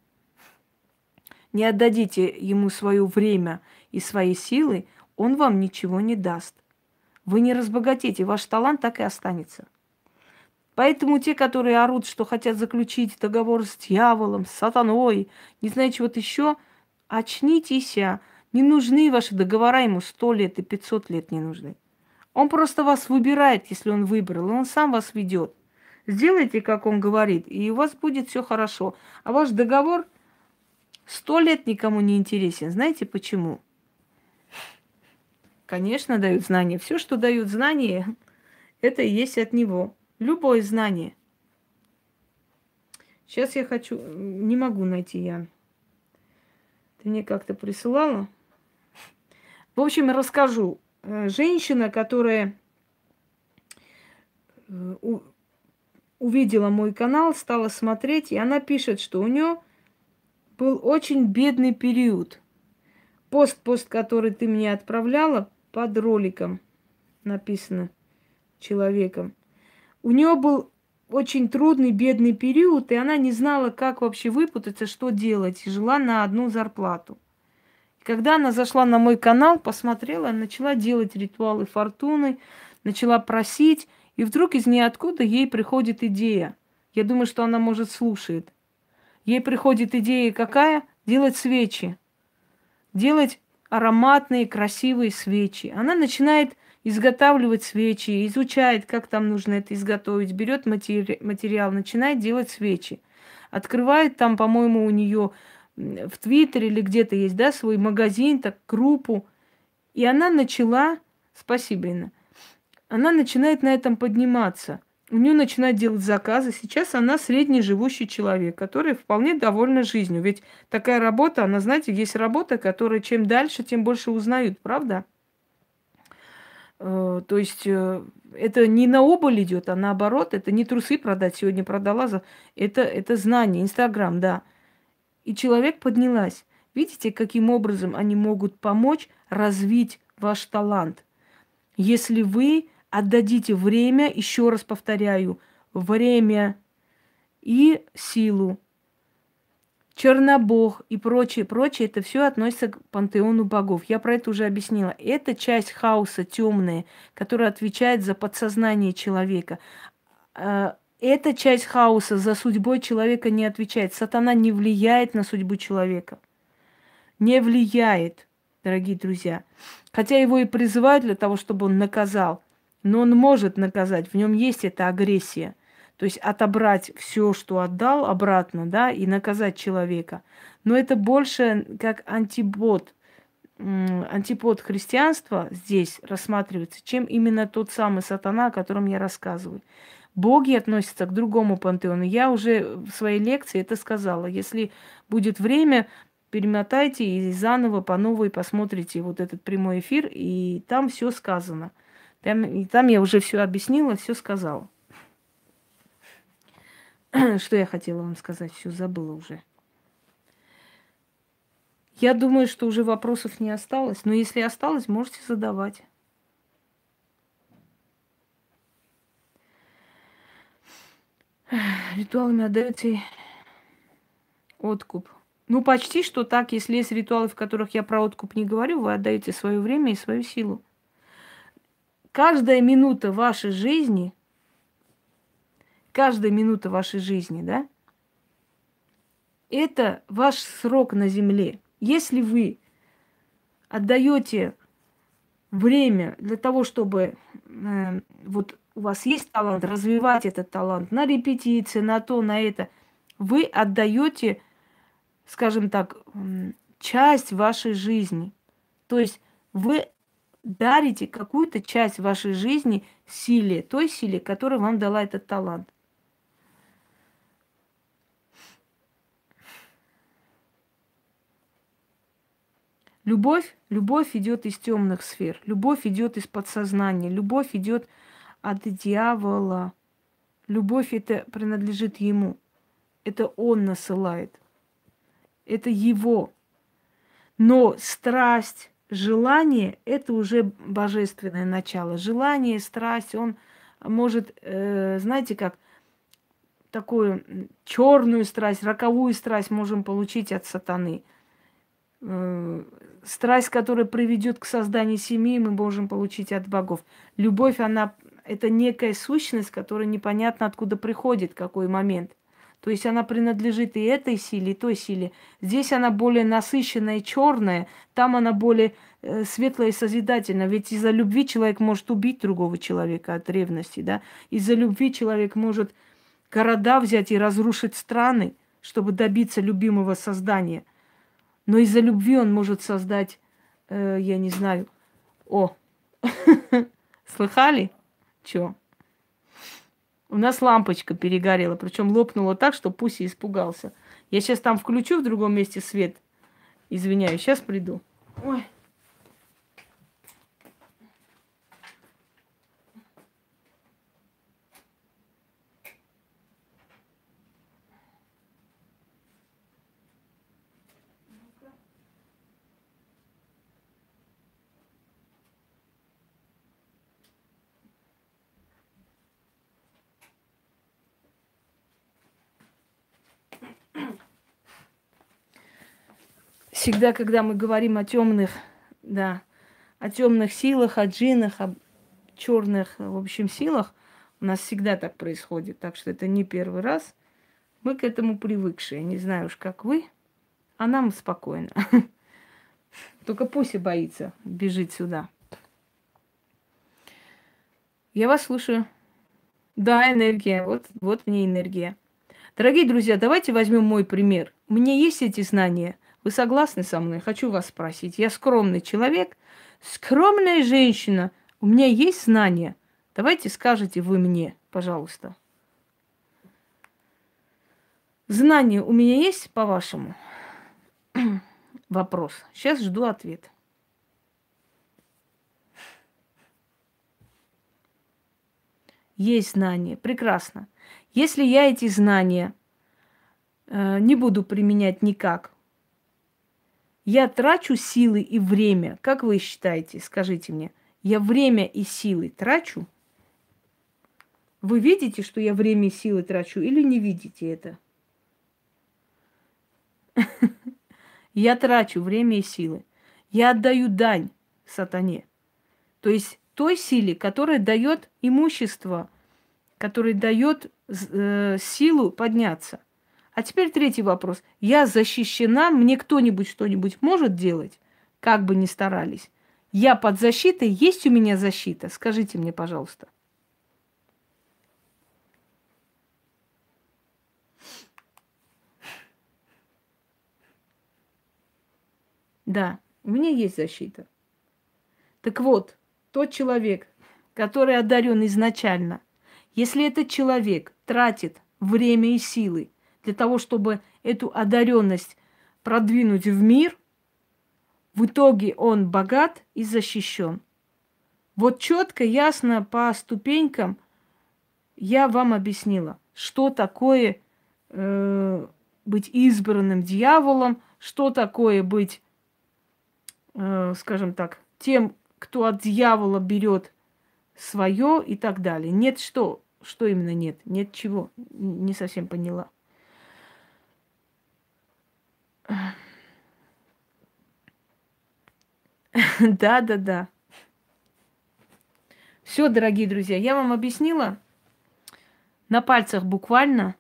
A: не отдадите ему свое время и свои силы, он вам ничего не даст. Вы не разбогатеете, ваш талант так и останется. Поэтому те, которые орут, что хотят заключить договор с дьяволом, с сатаной, не знаю, чего-то еще, очнитесь. Не нужны ваши договора, ему 100 лет и 500 лет не нужны. Он просто вас выбирает, если он выбрал, и он сам вас ведет. Сделайте, как он говорит, и у вас будет все хорошо. А ваш договор 100 лет никому не интересен. Знаете почему? Конечно, дают знания. Все, что дают знания, это и есть от него. Любое знание. Сейчас я хочу... Не могу найти, Ян. Ты мне как-то присылала? В общем, расскажу. Женщина, которая увидела мой канал, стала смотреть, и она пишет, что у нее был очень бедный период. Пост, который ты мне отправляла, под роликом написано человеком. У нее был очень трудный, бедный период, и она не знала, как вообще выпутаться, что делать, и жила на одну зарплату. Когда она зашла на мой канал, посмотрела, начала делать ритуалы фортуны, начала просить, и вдруг из ниоткуда ей приходит идея. Я думаю, что она, может, слушает. Ей приходит идея какая? Делать свечи. Делать ароматные, красивые свечи. Она начинает изготавливать свечи, изучает, как там нужно это изготовить, берет материал, начинает делать свечи. Открывает там, по-моему, у нее в Твиттере или где-то есть, да, свой магазин, так, группу. И она начала, спасибо, Инна, она начинает на этом подниматься. У нее начинают делать заказы. Сейчас она среднеживущий человек, который вполне довольна жизнью. Ведь такая работа, она, знаете, есть работа, которая чем дальше, тем больше узнают, правда? То есть это не на убыль идет, а наоборот, это не трусы продать, сегодня продала, это знание, Инстаграм, да. И человек поднялась. Видите, каким образом они могут помочь развить ваш талант? Если вы отдадите время, еще раз повторяю, время и силу. Чернобог и прочее, это все относится к пантеону богов. Я про это уже объяснила. Это часть хаоса темная, которая отвечает за подсознание человека. Эта часть хаоса за судьбой человека не отвечает. Сатана не влияет на судьбу человека. Не влияет, дорогие друзья. Хотя его и призывают для того, чтобы он наказал. Но он может наказать. В нем есть эта агрессия. То есть отобрать все, что отдал, обратно, да, и наказать человека. Но это больше как антипод христианства здесь рассматривается, чем именно тот самый сатана, о котором я рассказываю. Боги относятся к другому пантеону. Я уже в своей лекции это сказала. Если будет время, перемотайте и заново по новой посмотрите вот этот прямой эфир, и там все сказано. Там я уже все объяснила, все сказала. Что я хотела вам сказать, все забыла уже. Я думаю, что уже вопросов не осталось, но если осталось, можете задавать. Ритуалами отдаете откуп. Ну, почти что так, если есть ритуалы, в которых я про откуп не говорю, вы отдаете свое время и свою силу. Каждая минута вашей жизни, да, это ваш срок на земле. Если вы отдаете время для того, чтобы вот у вас есть талант, развивать этот талант на репетиции, на то, на это, вы отдаете скажем так, часть вашей жизни. То есть вы дарите какую-то часть вашей жизни силе, той силе, которая вам дала этот талант. Любовь идет из темных сфер, любовь идет из подсознания, любовь идет от дьявола. Любовь это принадлежит ему. Это он насылает. Это его. Но страсть, желание – это уже божественное начало. Желание, страсть, он может, знаете, как такую черную страсть, роковую страсть можем получить от сатаны. Страсть, которая приведет к созданию семьи, мы можем получить от богов. Любовь, она это некая сущность, которая непонятно откуда приходит, какой момент. То есть она принадлежит и этой силе, и той силе. Здесь она более насыщенная, черная, там она более светлая и созидательная. Ведь из-за любви человек может убить другого человека от ревности, да? Из-за любви человек может города взять и разрушить страны, чтобы добиться любимого создания. Но из-за любви он может создать, я не знаю, слыхали? Чё? У нас лампочка перегорела, причем лопнула так, что Пуся испугался. Я сейчас там включу в другом месте свет. Извиняюсь, сейчас приду. Ой. Всегда, когда мы говорим о темных, да, о темных силах, о джиннах, о черных, в общем, силах, у нас всегда так происходит. Так что это не первый раз. Мы к этому привыкшие. Не знаю уж, как вы, а нам спокойно. Только Пуся боится, бежит сюда. Я вас слушаю. Да, энергия. Вот мне энергия. Дорогие друзья, давайте возьмем мой пример. У меня есть эти знания. Вы согласны со мной? Хочу вас спросить. Я скромный человек, скромная женщина. У меня есть знания. Давайте скажите вы мне, пожалуйста. Знания у меня есть, по-вашему? Вопрос. Сейчас жду ответ. Есть знания. Прекрасно. Если я эти знания не буду применять никак, я трачу силы и время. Как вы считаете? Скажите мне. Я время и силы трачу? Вы видите, что я время и силы трачу, или не видите это? Я трачу время и силы. Я отдаю дань сатане. То есть той силе, которая дает имущество, которая дает силу подняться. А теперь третий вопрос. Я защищена, мне кто-нибудь что-нибудь может делать, как бы ни старались? Я под защитой, есть у меня защита? Скажите мне, пожалуйста. Да, у меня есть защита. Так вот, тот человек, который одарен изначально, если этот человек тратит время и силы для того, чтобы эту одаренность продвинуть в мир, в итоге он богат и защищен. Вот четко, ясно, по ступенькам я вам объяснила, что такое быть избранным дьяволом, что такое быть, скажем так, тем, кто от дьявола берет свое и так далее. Нет что? Что именно нет? Нет чего? Не совсем поняла. Да. Все, дорогие друзья, я вам объяснила на пальцах буквально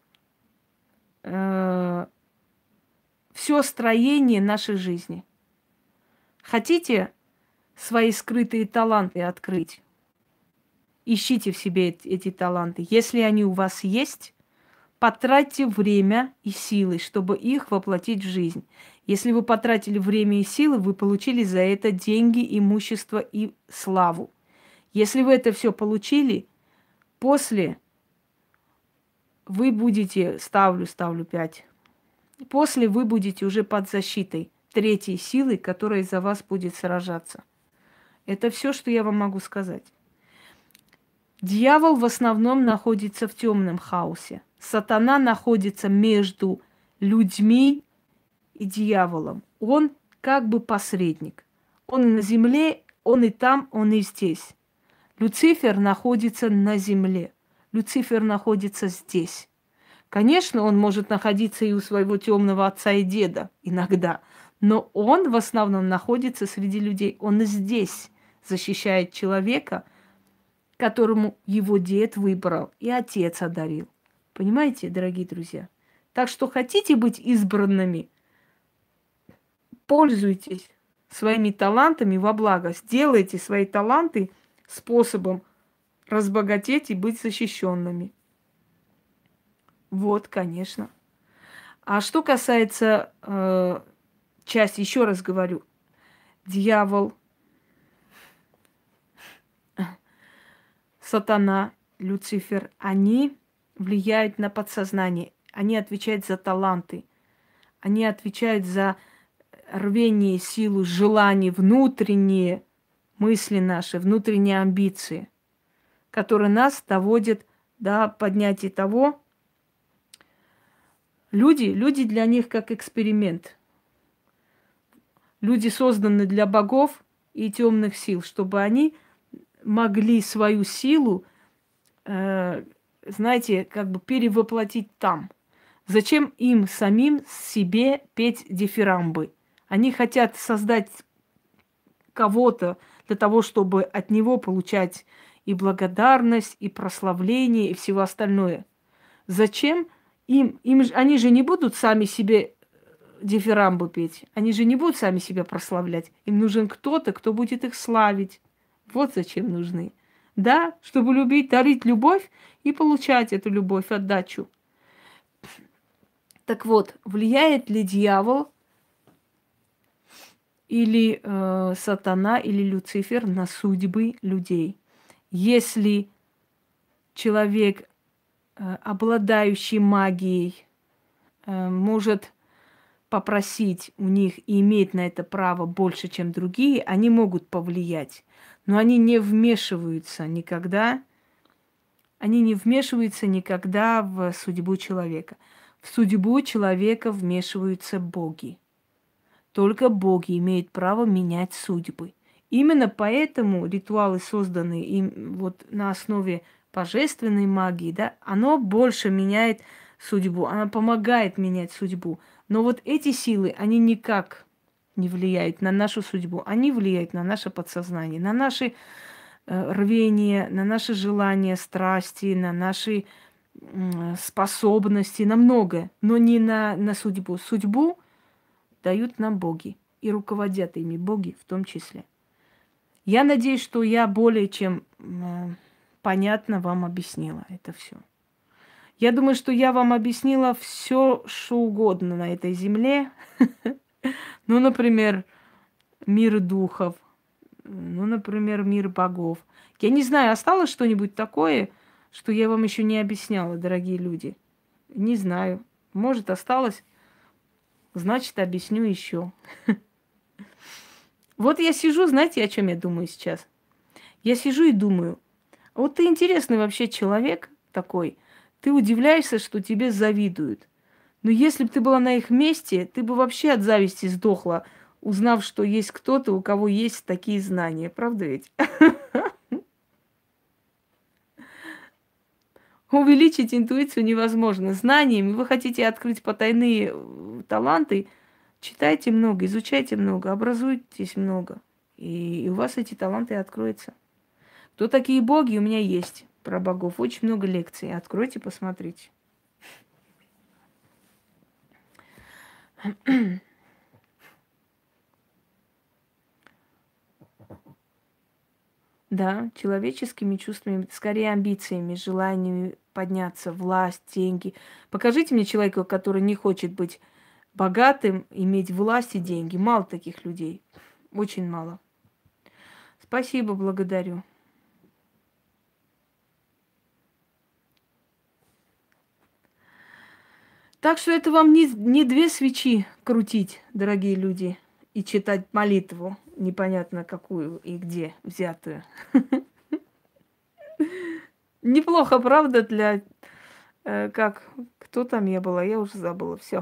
A: все строение нашей жизни. Хотите свои скрытые таланты открыть? Ищите в себе эти таланты. Если они у вас есть, потратьте время и силы, чтобы их воплотить в жизнь. Если вы потратили время и силы, вы получили за это деньги, имущество и славу. Если вы это все получили, после вы будете, ставлю 5, после вы будете уже под защитой третьей силы, которая за вас будет сражаться. Это все, что я вам могу сказать. Дьявол в основном находится в темном хаосе. Сатана находится между людьми и дьяволом. Он как бы посредник. Он и на земле, он и там, он и здесь. Люцифер находится на земле. Люцифер находится здесь. Конечно, он может находиться и у своего темного отца и деда иногда, но он в основном находится среди людей. Он и здесь защищает человека, которому его дед выбрал и отец одарил. Понимаете, дорогие друзья? Так что хотите быть избранными, пользуйтесь своими талантами во благо. Сделайте свои таланты способом разбогатеть и быть защищенными. Вот, конечно. А что касается части, еще раз говорю, дьявол, сатана, Люцифер, они влияют на подсознание. Они отвечают за таланты. Они отвечают за рвение, силу, желание, внутренние мысли наши, внутренние амбиции, которые нас доводят до поднятия того. Люди для них как эксперимент. Люди созданы для богов и темных сил, чтобы они могли свою силу, знаете, как бы перевоплотить там. Зачем им самим себе петь дифирамбы? Они хотят создать кого-то для того, чтобы от него получать и благодарность, и прославление, и всего остальное. Зачем они же не будут сами себе дифирамбы петь. Они же не будут сами себя прославлять. Им нужен кто-то, кто будет их славить. Вот зачем нужны. Да, чтобы любить, дарить любовь и получать эту любовь, отдачу. Так вот, влияет ли дьявол или сатана, или Люцифер на судьбы людей? Если человек, обладающий магией, может попросить у них и иметь на это право больше, чем другие, они могут повлиять. Но они не вмешиваются никогда. Они не вмешиваются никогда в судьбу человека. В судьбу человека вмешиваются боги. Только боги имеют право менять судьбы. Именно поэтому ритуалы, созданные им вот на основе божественной магии, да, оно больше меняет судьбу, оно помогает менять судьбу. Но вот эти силы, они никак не влияют на нашу судьбу. Они влияют на наше подсознание, на наши рвения, на наши желания, страсти, на наши способности, на многое, но не на судьбу. Судьбу дают нам боги и руководят ими боги в том числе. Я надеюсь, что я более чем понятно вам объяснила это все. Я думаю, что я вам объяснила все, что угодно на этой земле. Ну, например, мир духов, ну, например, мир богов. Я не знаю, осталось что-нибудь такое, что я вам еще не объясняла, дорогие люди. Не знаю. Может, осталось. Значит, объясню еще. Вот я сижу, знаете, о чем я думаю сейчас? Я сижу и думаю, вот ты интересный вообще человек такой. Ты удивляешься, что тебе завидуют. Но если бы ты была на их месте, ты бы вообще от зависти сдохла, узнав, что есть кто-то, у кого есть такие знания. Правда ведь? Увеличить интуицию невозможно. Знаниями вы хотите открыть потайные таланты, читайте много, изучайте много, образуйтесь много. И у вас эти таланты откроются. Кто такие боги? У меня есть про богов. Очень много лекций. Откройте, посмотрите. Да, человеческими чувствами, скорее амбициями, желаниями подняться, власть, деньги. Покажите мне человека, который не хочет быть богатым, иметь власть и деньги. Мало таких людей. Очень мало. Спасибо, благодарю. Так что это вам не две свечи крутить, дорогие люди, и читать молитву, непонятно какую и где взятую. Неплохо, правда, для... как... Кто там я была? Я уже забыла. Все.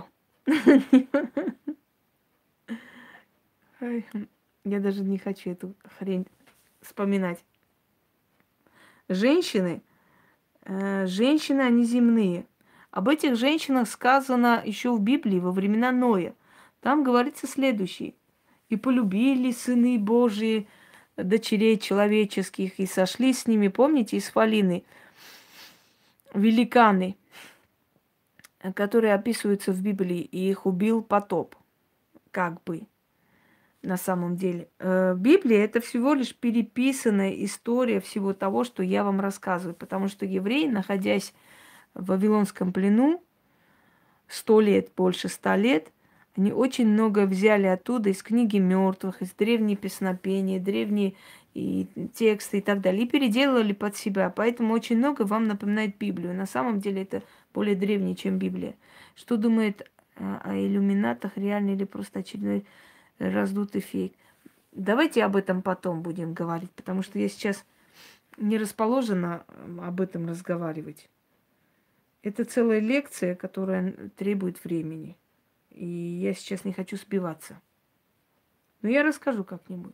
A: Я даже не хочу эту хрень вспоминать. Женщины, женщины, они земные. Об этих женщинах сказано еще в Библии во времена Ноя. Там говорится следующее. И полюбили сыны Божии дочерей человеческих, и сошли с ними, помните, из Фалины, великаны, которые описываются в Библии, и их убил потоп, как бы, на самом деле. Библия – это всего лишь переписанная история всего того, что я вам рассказываю, потому что евреи, находясь в Вавилонском плену 100 лет, больше 100 лет, они очень много взяли оттуда из книги мертвых, из древние песнопения, древние и тексты и так далее, и переделали под себя. Поэтому очень много вам напоминает Библию. На самом деле это более древнее, чем Библия. Что думает о иллюминатах, реально или просто очередной раздутый фейк? Давайте об этом потом будем говорить, потому что я сейчас не расположена об этом разговаривать. Это целая лекция, которая требует времени. И я сейчас не хочу сбиваться. Но я расскажу как-нибудь.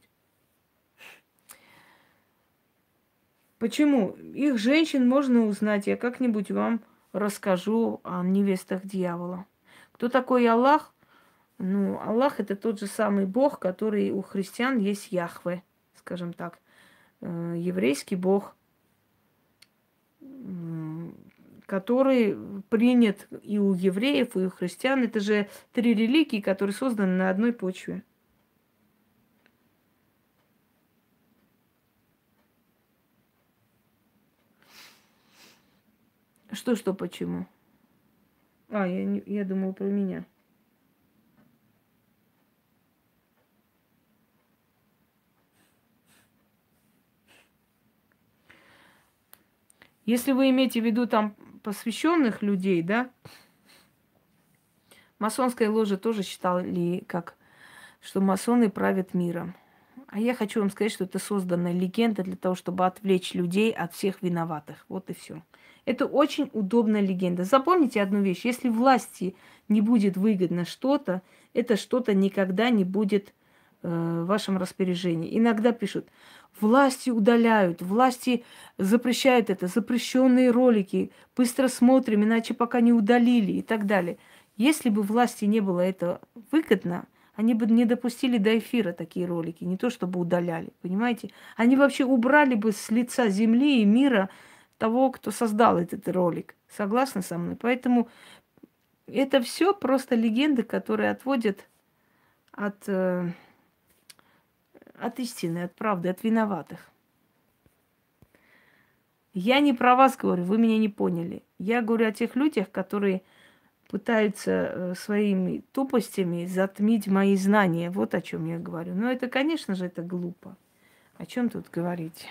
A: Почему? Их женщин можно узнать. Я как-нибудь вам расскажу о невестах дьявола. Кто такой Аллах? Ну, Аллах – это тот же самый Бог, который у христиан есть Яхве, скажем так. Еврейский Бог, который принят и у евреев, и у христиан. Это же 3 религии, которые созданы на одной почве. Что, почему? Я думала про меня. Если вы имеете в виду там посвященных людей, да, масонская ложа тоже считали, как, что масоны правят миром. А я хочу вам сказать, что это созданная легенда для того, чтобы отвлечь людей от всех виноватых. Вот и все. Это очень удобная легенда. Запомните одну вещь. Если власти не будет выгодно что-то, это что-то никогда не будет в вашем распоряжении. Иногда пишут, власти удаляют, власти запрещают это, запрещенные ролики, быстро смотрим, иначе пока не удалили и так далее. Если бы власти не было это выгодно, они бы не допустили до эфира такие ролики, не то чтобы удаляли, понимаете? Они вообще убрали бы с лица земли и мира того, кто создал этот ролик. Согласны со мной? Поэтому это все просто легенды, которые отводят от истины, от правды, от виноватых. Я не про вас говорю, вы меня не поняли. Я говорю о тех людях, которые пытаются своими тупостями затмить мои знания. Вот о чем я говорю. Но это, конечно же, это глупо. О чем тут говорить?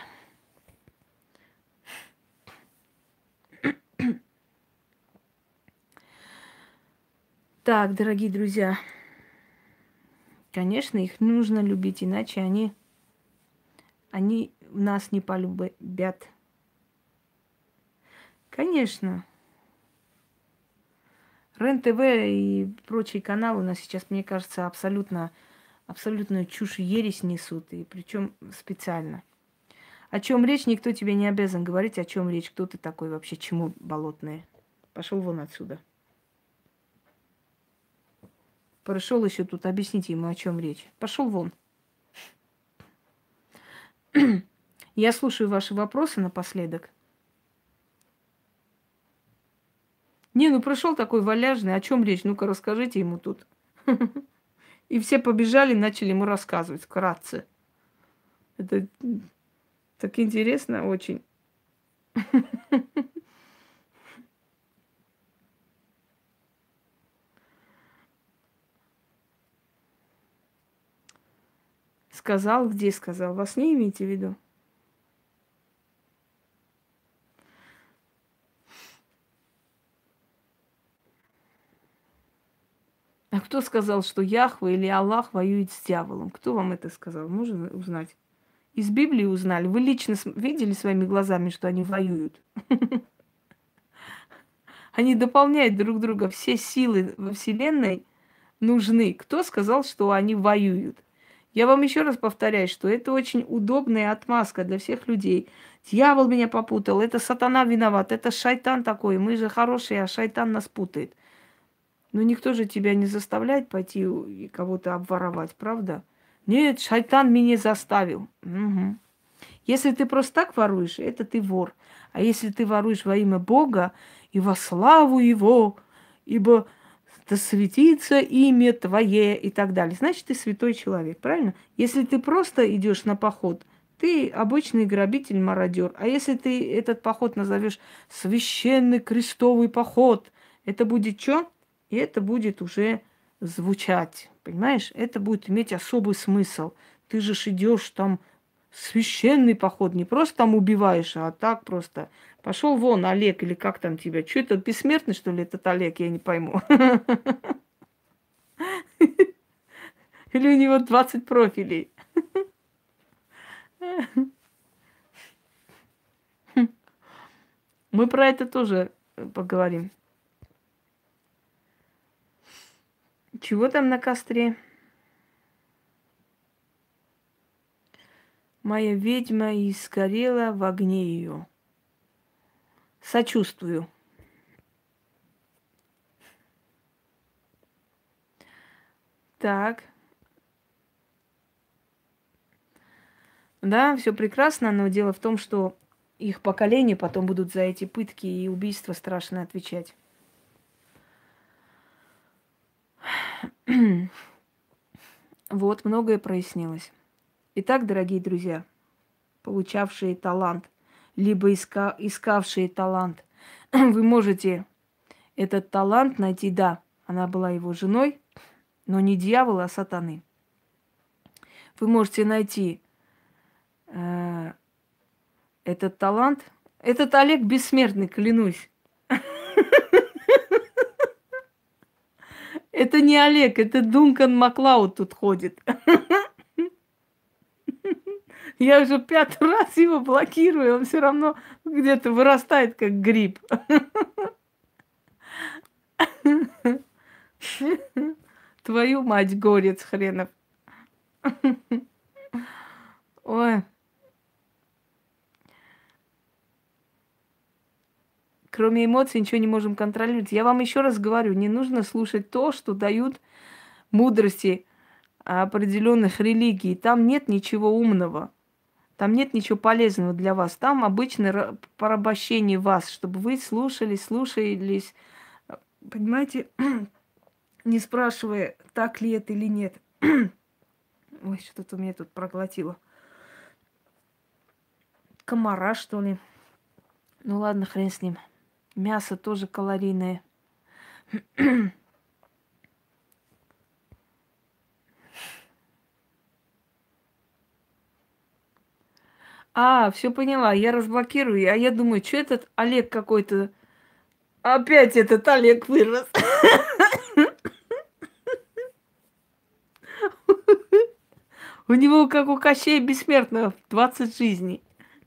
A: Так, дорогие друзья, конечно, их нужно любить, иначе они нас не полюбят. Конечно. РЕН-ТВ и прочие каналы у нас сейчас, мне кажется, абсолютную чушь и ересь несут, и причем специально. О чем речь, никто тебе не обязан говорить, о чем речь, кто ты такой вообще, чему болотное. Пошел вон отсюда. Пришел еще тут, объясните ему, о чем речь. Пошел вон. Я слушаю ваши вопросы напоследок. Не, ну пришел такой валяжный, о чем речь? Ну-ка расскажите ему тут. И все побежали, начали ему рассказывать вкратце. Это Так интересно очень. Сказал, где сказал? Вас не имеете в виду? А кто сказал, что Яхве или Аллах воюет с дьяволом? Кто вам это сказал? Можно узнать? Из Библии узнали? Вы лично видели своими глазами, что они воюют? Они дополняют друг друга. Все силы во Вселенной нужны. Кто сказал, что они воюют? Я вам еще раз повторяю, что это очень удобная отмазка для всех людей. Дьявол меня попутал, это сатана виноват, это шайтан такой. Мы же хорошие, а шайтан нас путает. Но никто же тебя не заставляет пойти и кого-то обворовать, правда? Нет, шайтан меня заставил. Мгм. Если ты просто так воруешь, это ты вор. А если ты воруешь во имя Бога и во славу Его, ибо да светится имя Твое и так далее, значит, ты святой человек, правильно? Если ты просто идешь на поход, ты обычный грабитель, мародер. А если ты этот поход назовешь священный крестовый поход, это будет что? И это будет уже звучать, понимаешь? Это будет иметь особый смысл. Ты же идешь там священный поход, не просто там убиваешь, а так просто. Пошел вон, Олег, или как там тебя? Что это, бессмертный, что ли, этот Олег? Я не пойму. Или у него 20 профилей? Мы про это тоже поговорим. Чего там на костре? Моя ведьма и сгорела в огне ее. Сочувствую. Так. Да, все прекрасно, но дело в том, что их поколения потом будут за эти пытки и убийства страшно отвечать. Вот, многое прояснилось. Итак, дорогие друзья, получавшие талант, либо искавшие талант, вы можете этот талант найти, да, она была его женой, но не дьявола, а сатаны. Вы можете найти этот талант. Этот Олег бессмертный, клянусь. Это не Олег, это Дункан Маклауд тут ходит. Я уже 5-й раз его блокирую, он все равно где-то вырастает, как гриб. Твою мать, горец хренов. Ой. Кроме эмоций ничего не можем контролировать. Я вам еще раз говорю, не нужно слушать то, что дают мудрости определенных религий. Там нет ничего умного. Там нет ничего полезного для вас. Там обычное порабощение вас, чтобы вы слушались. Понимаете, не спрашивая, так ли это или нет. Ой, что-то у меня тут проглотило. Комара, что ли? Ну ладно, хрен с ним. Мясо тоже калорийное. Все поняла, я разблокирую. А я думаю, что этот Олег какой-то... Опять этот Олег вырос. У него, как у Кощея Бессмертного, 20 жизней.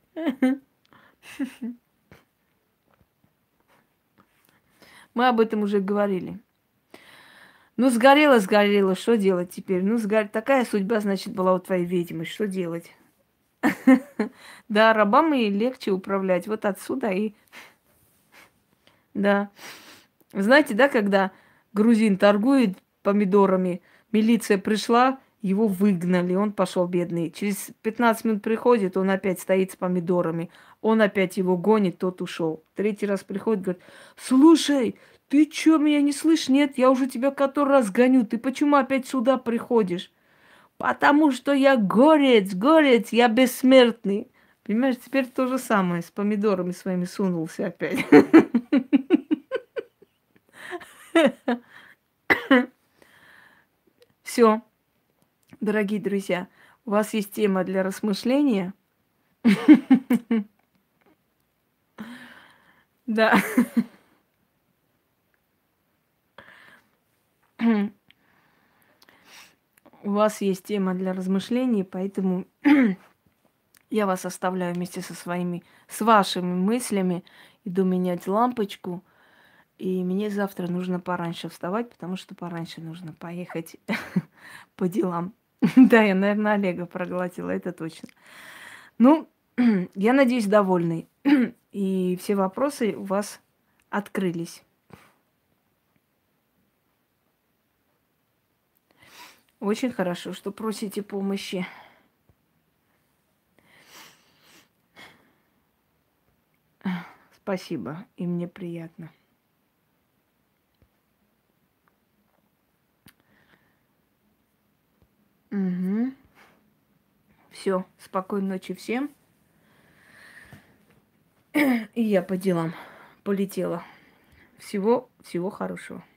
A: Мы об этом уже говорили. Ну, сгорело, что делать теперь? Ну, такая судьба, значит, была у твоей ведьмы, что делать? Да, рабам и легче управлять. Вот отсюда и... Да. Знаете, да, когда грузин торгует помидорами, милиция пришла, его выгнали, он пошел бедный. Через 15 минут приходит, он опять стоит с помидорами. Он опять его гонит, тот ушел. 3-й раз приходит, говорит: слушай, ты чё, меня не слышишь? Нет, я уже тебя который раз гоню. Ты почему опять сюда приходишь? Потому что я горец, я бессмертный. Понимаешь, теперь то же самое с помидорами своими сунулся опять. Все, дорогие друзья, у вас есть тема для размышления. Да. У вас есть тема для размышлений, поэтому я вас оставляю вместе с вашими мыслями. Иду менять лампочку. И мне завтра нужно пораньше вставать, потому что пораньше нужно поехать по делам. Да, я, наверное, Олега проглотила, это точно. Ну, я надеюсь, довольны. И все вопросы у вас открылись. Очень хорошо, что просите помощи. Спасибо, и мне приятно. Угу. Все, спокойной ночи всем. И я по делам полетела. Всего хорошего.